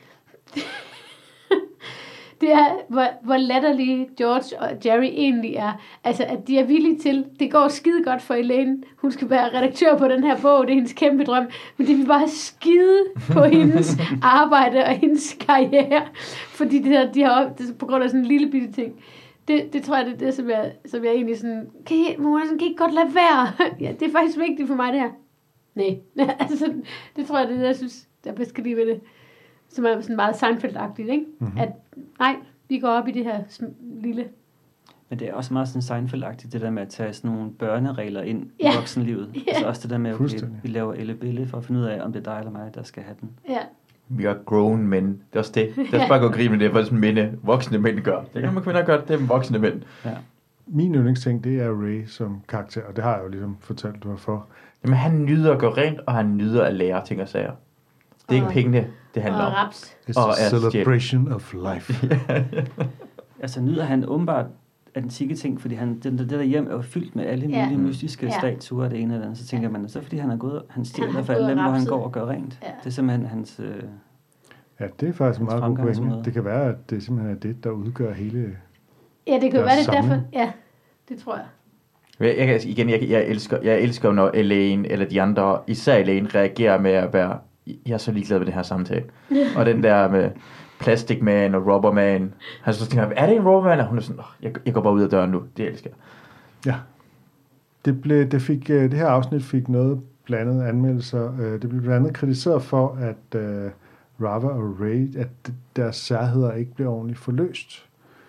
det er, hvor latterlige George og Jerry egentlig er. Altså, at de er villige til, det går skide godt for Elaine. Hun skal være redaktør på den her bog, det er hendes kæmpe drøm. Men det vil bare skide på hendes arbejde og hendes karriere. Fordi de har på grund af sådan en lille bitte ting. Det tror jeg, det er det, som jeg egentlig sådan, kan I godt lade være? Ja, det er faktisk vigtigt for mig, det her. Nej. Altså, det tror jeg, det er det, jeg synes, jeg bedst kan lide ved det. Som er sådan meget Seinfeld-agtigt, ikke? Mm-hmm. At nej, vi går op i det her lille... Men det er også meget sådan Seinfeld-agtigt, det der med at tage sådan nogle børneregler ind i voksenlivet. Altså også det der med, okay, vi laver elle for at finde ud af, om det er dig eller mig, der skal have den. Ja. Vi er grown men. Det er også det. Det er bare gå og grine med det, hvad sådan mænd, voksne mænd gør. Det kan man kvinder gøre, det er voksne mænd. Ja. Min yndlingsting, det er Ray som karakter, og det har jeg jo ligesom fortalt hvorfor. Jamen han nyder at gå rent, og han nyder at lære ting og sager. Det er ikke pengene, det handler om. It's a celebration of life. Altså nyder han åbenbart antikke ting, fordi det der hjem er jo fyldt med alle mulige mystiske statuer, det ene eller andet. Så tænker man, så fordi han er gået, han stjæler for alle dem, hvor han går og gør rent. Ja. Det er simpelthen hans... ja, det er faktisk en meget god pointe. Det kan være, at det simpelthen er det, der udgør hele... Ja, det kan være det derfor. Ja, det tror jeg. Jeg elsker, når Elaine eller de andre, især Elaine, reagerer med at være, jeg er så ligeglad med det her samtale. Og den der med Plastic Man og Rubber Man. Han så tænker, er det en Rubber Man? Og hun er sådan, jeg går bare ud af døren nu. Det elsker jeg. Ja. Det her afsnit fik noget blandet anmeldelser. Det blev blandt andet kritiseret for, at Rava og Ray, at deres særheder ikke blev ordentligt forløst.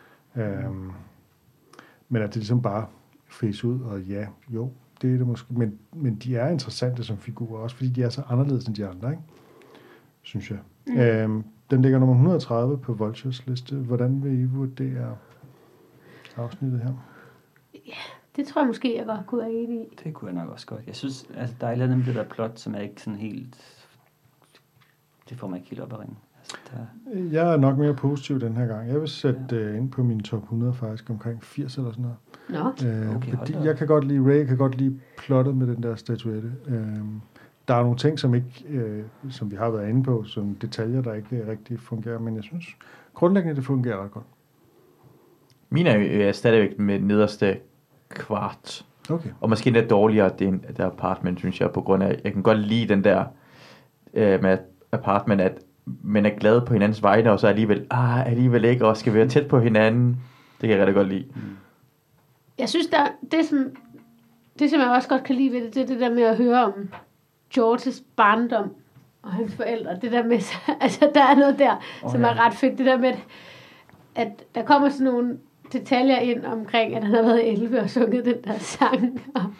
Men at det ligesom bare fæs ud, og det er det måske. Men de er interessante som figurer, også fordi de er så anderledes end de andre, ikke? Synes jeg. Den ligger nummer 130 på Vultures liste. Hvordan vil I vurdere afsnittet her? Ja, det tror jeg måske, jeg godt kunne være enig i. Det kunne jeg nok også godt. Jeg synes, altså, der er et eller andet med det der plot, som er ikke sådan helt... Det får mig ikke helt op at ringe. Altså, Jeg er nok mere positiv den her gang. Jeg vil sætte ind på min top 100 faktisk omkring 80 eller sådan noget. Okay, fordi jeg kan godt lide Ray, jeg kan godt lide plottet med den der statuette. Der er nogle ting, som ikke, som vi har været inde på, som detaljer, der ikke rigtig fungerer, men jeg synes grundlæggende, det fungerer ret godt. Mine er stadigvæk med nederste kvart. Okay. Og måske lidt dårligere, det der Apartment, synes jeg, på grund af, jeg kan godt lide den der med Apartment, at man er glad på hinandens vegne, og så alligevel ikke, og skal være tæt på hinanden. Det kan jeg rigtig godt lide. Jeg synes, det som jeg også godt kan lide ved det er det der med at høre om Georges barndom og hans forældre. Det der med, altså der er noget der, som er ret fedt. Det der med, at der kommer sådan nogle detaljer ind omkring, at han har været 11 og sunget den der sang,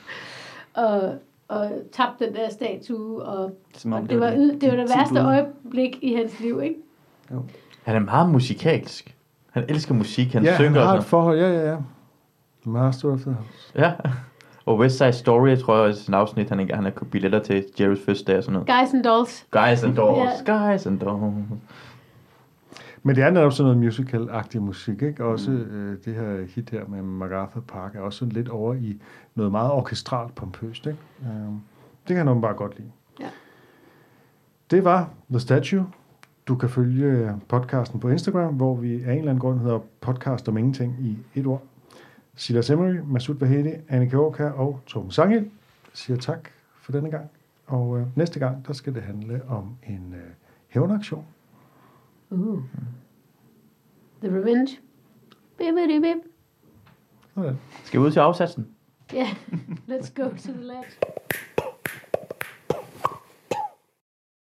og tabt den der statue, og det var det værste øjeblik i hans liv, ikke? Jo. Han er meget musikalsk. Han elsker musik, han synger. Ja, han har et forhold, ja. Master of the House. Ja, og West Side Story, tror jeg, er sådan en afsnit, han har købt billetter til Jerrys fødselsdag og sådan noget. Guys and Dolls. Guys and Dolls. Men det er netop sådan noget musical-agtig musik, ikke? Også det her hit her med MacArthur Park er også sådan lidt over i noget meget orkestralt pompøst, ikke? Det kan man bare godt lide. Ja. Det var The Statue. Du kan følge podcasten på Instagram, hvor vi af en eller anden grund hedder podcast om ingenting i et ord. Silas Emery, Masoud Vahedi, Annika Aakjær og Torben Sangel siger tak for denne gang. Og næste gang, der skal det handle om en hævnaktion. The Revenge. Bip. Sådan. Skal vi ud til afsatsen? Yeah, let's go to the ledge.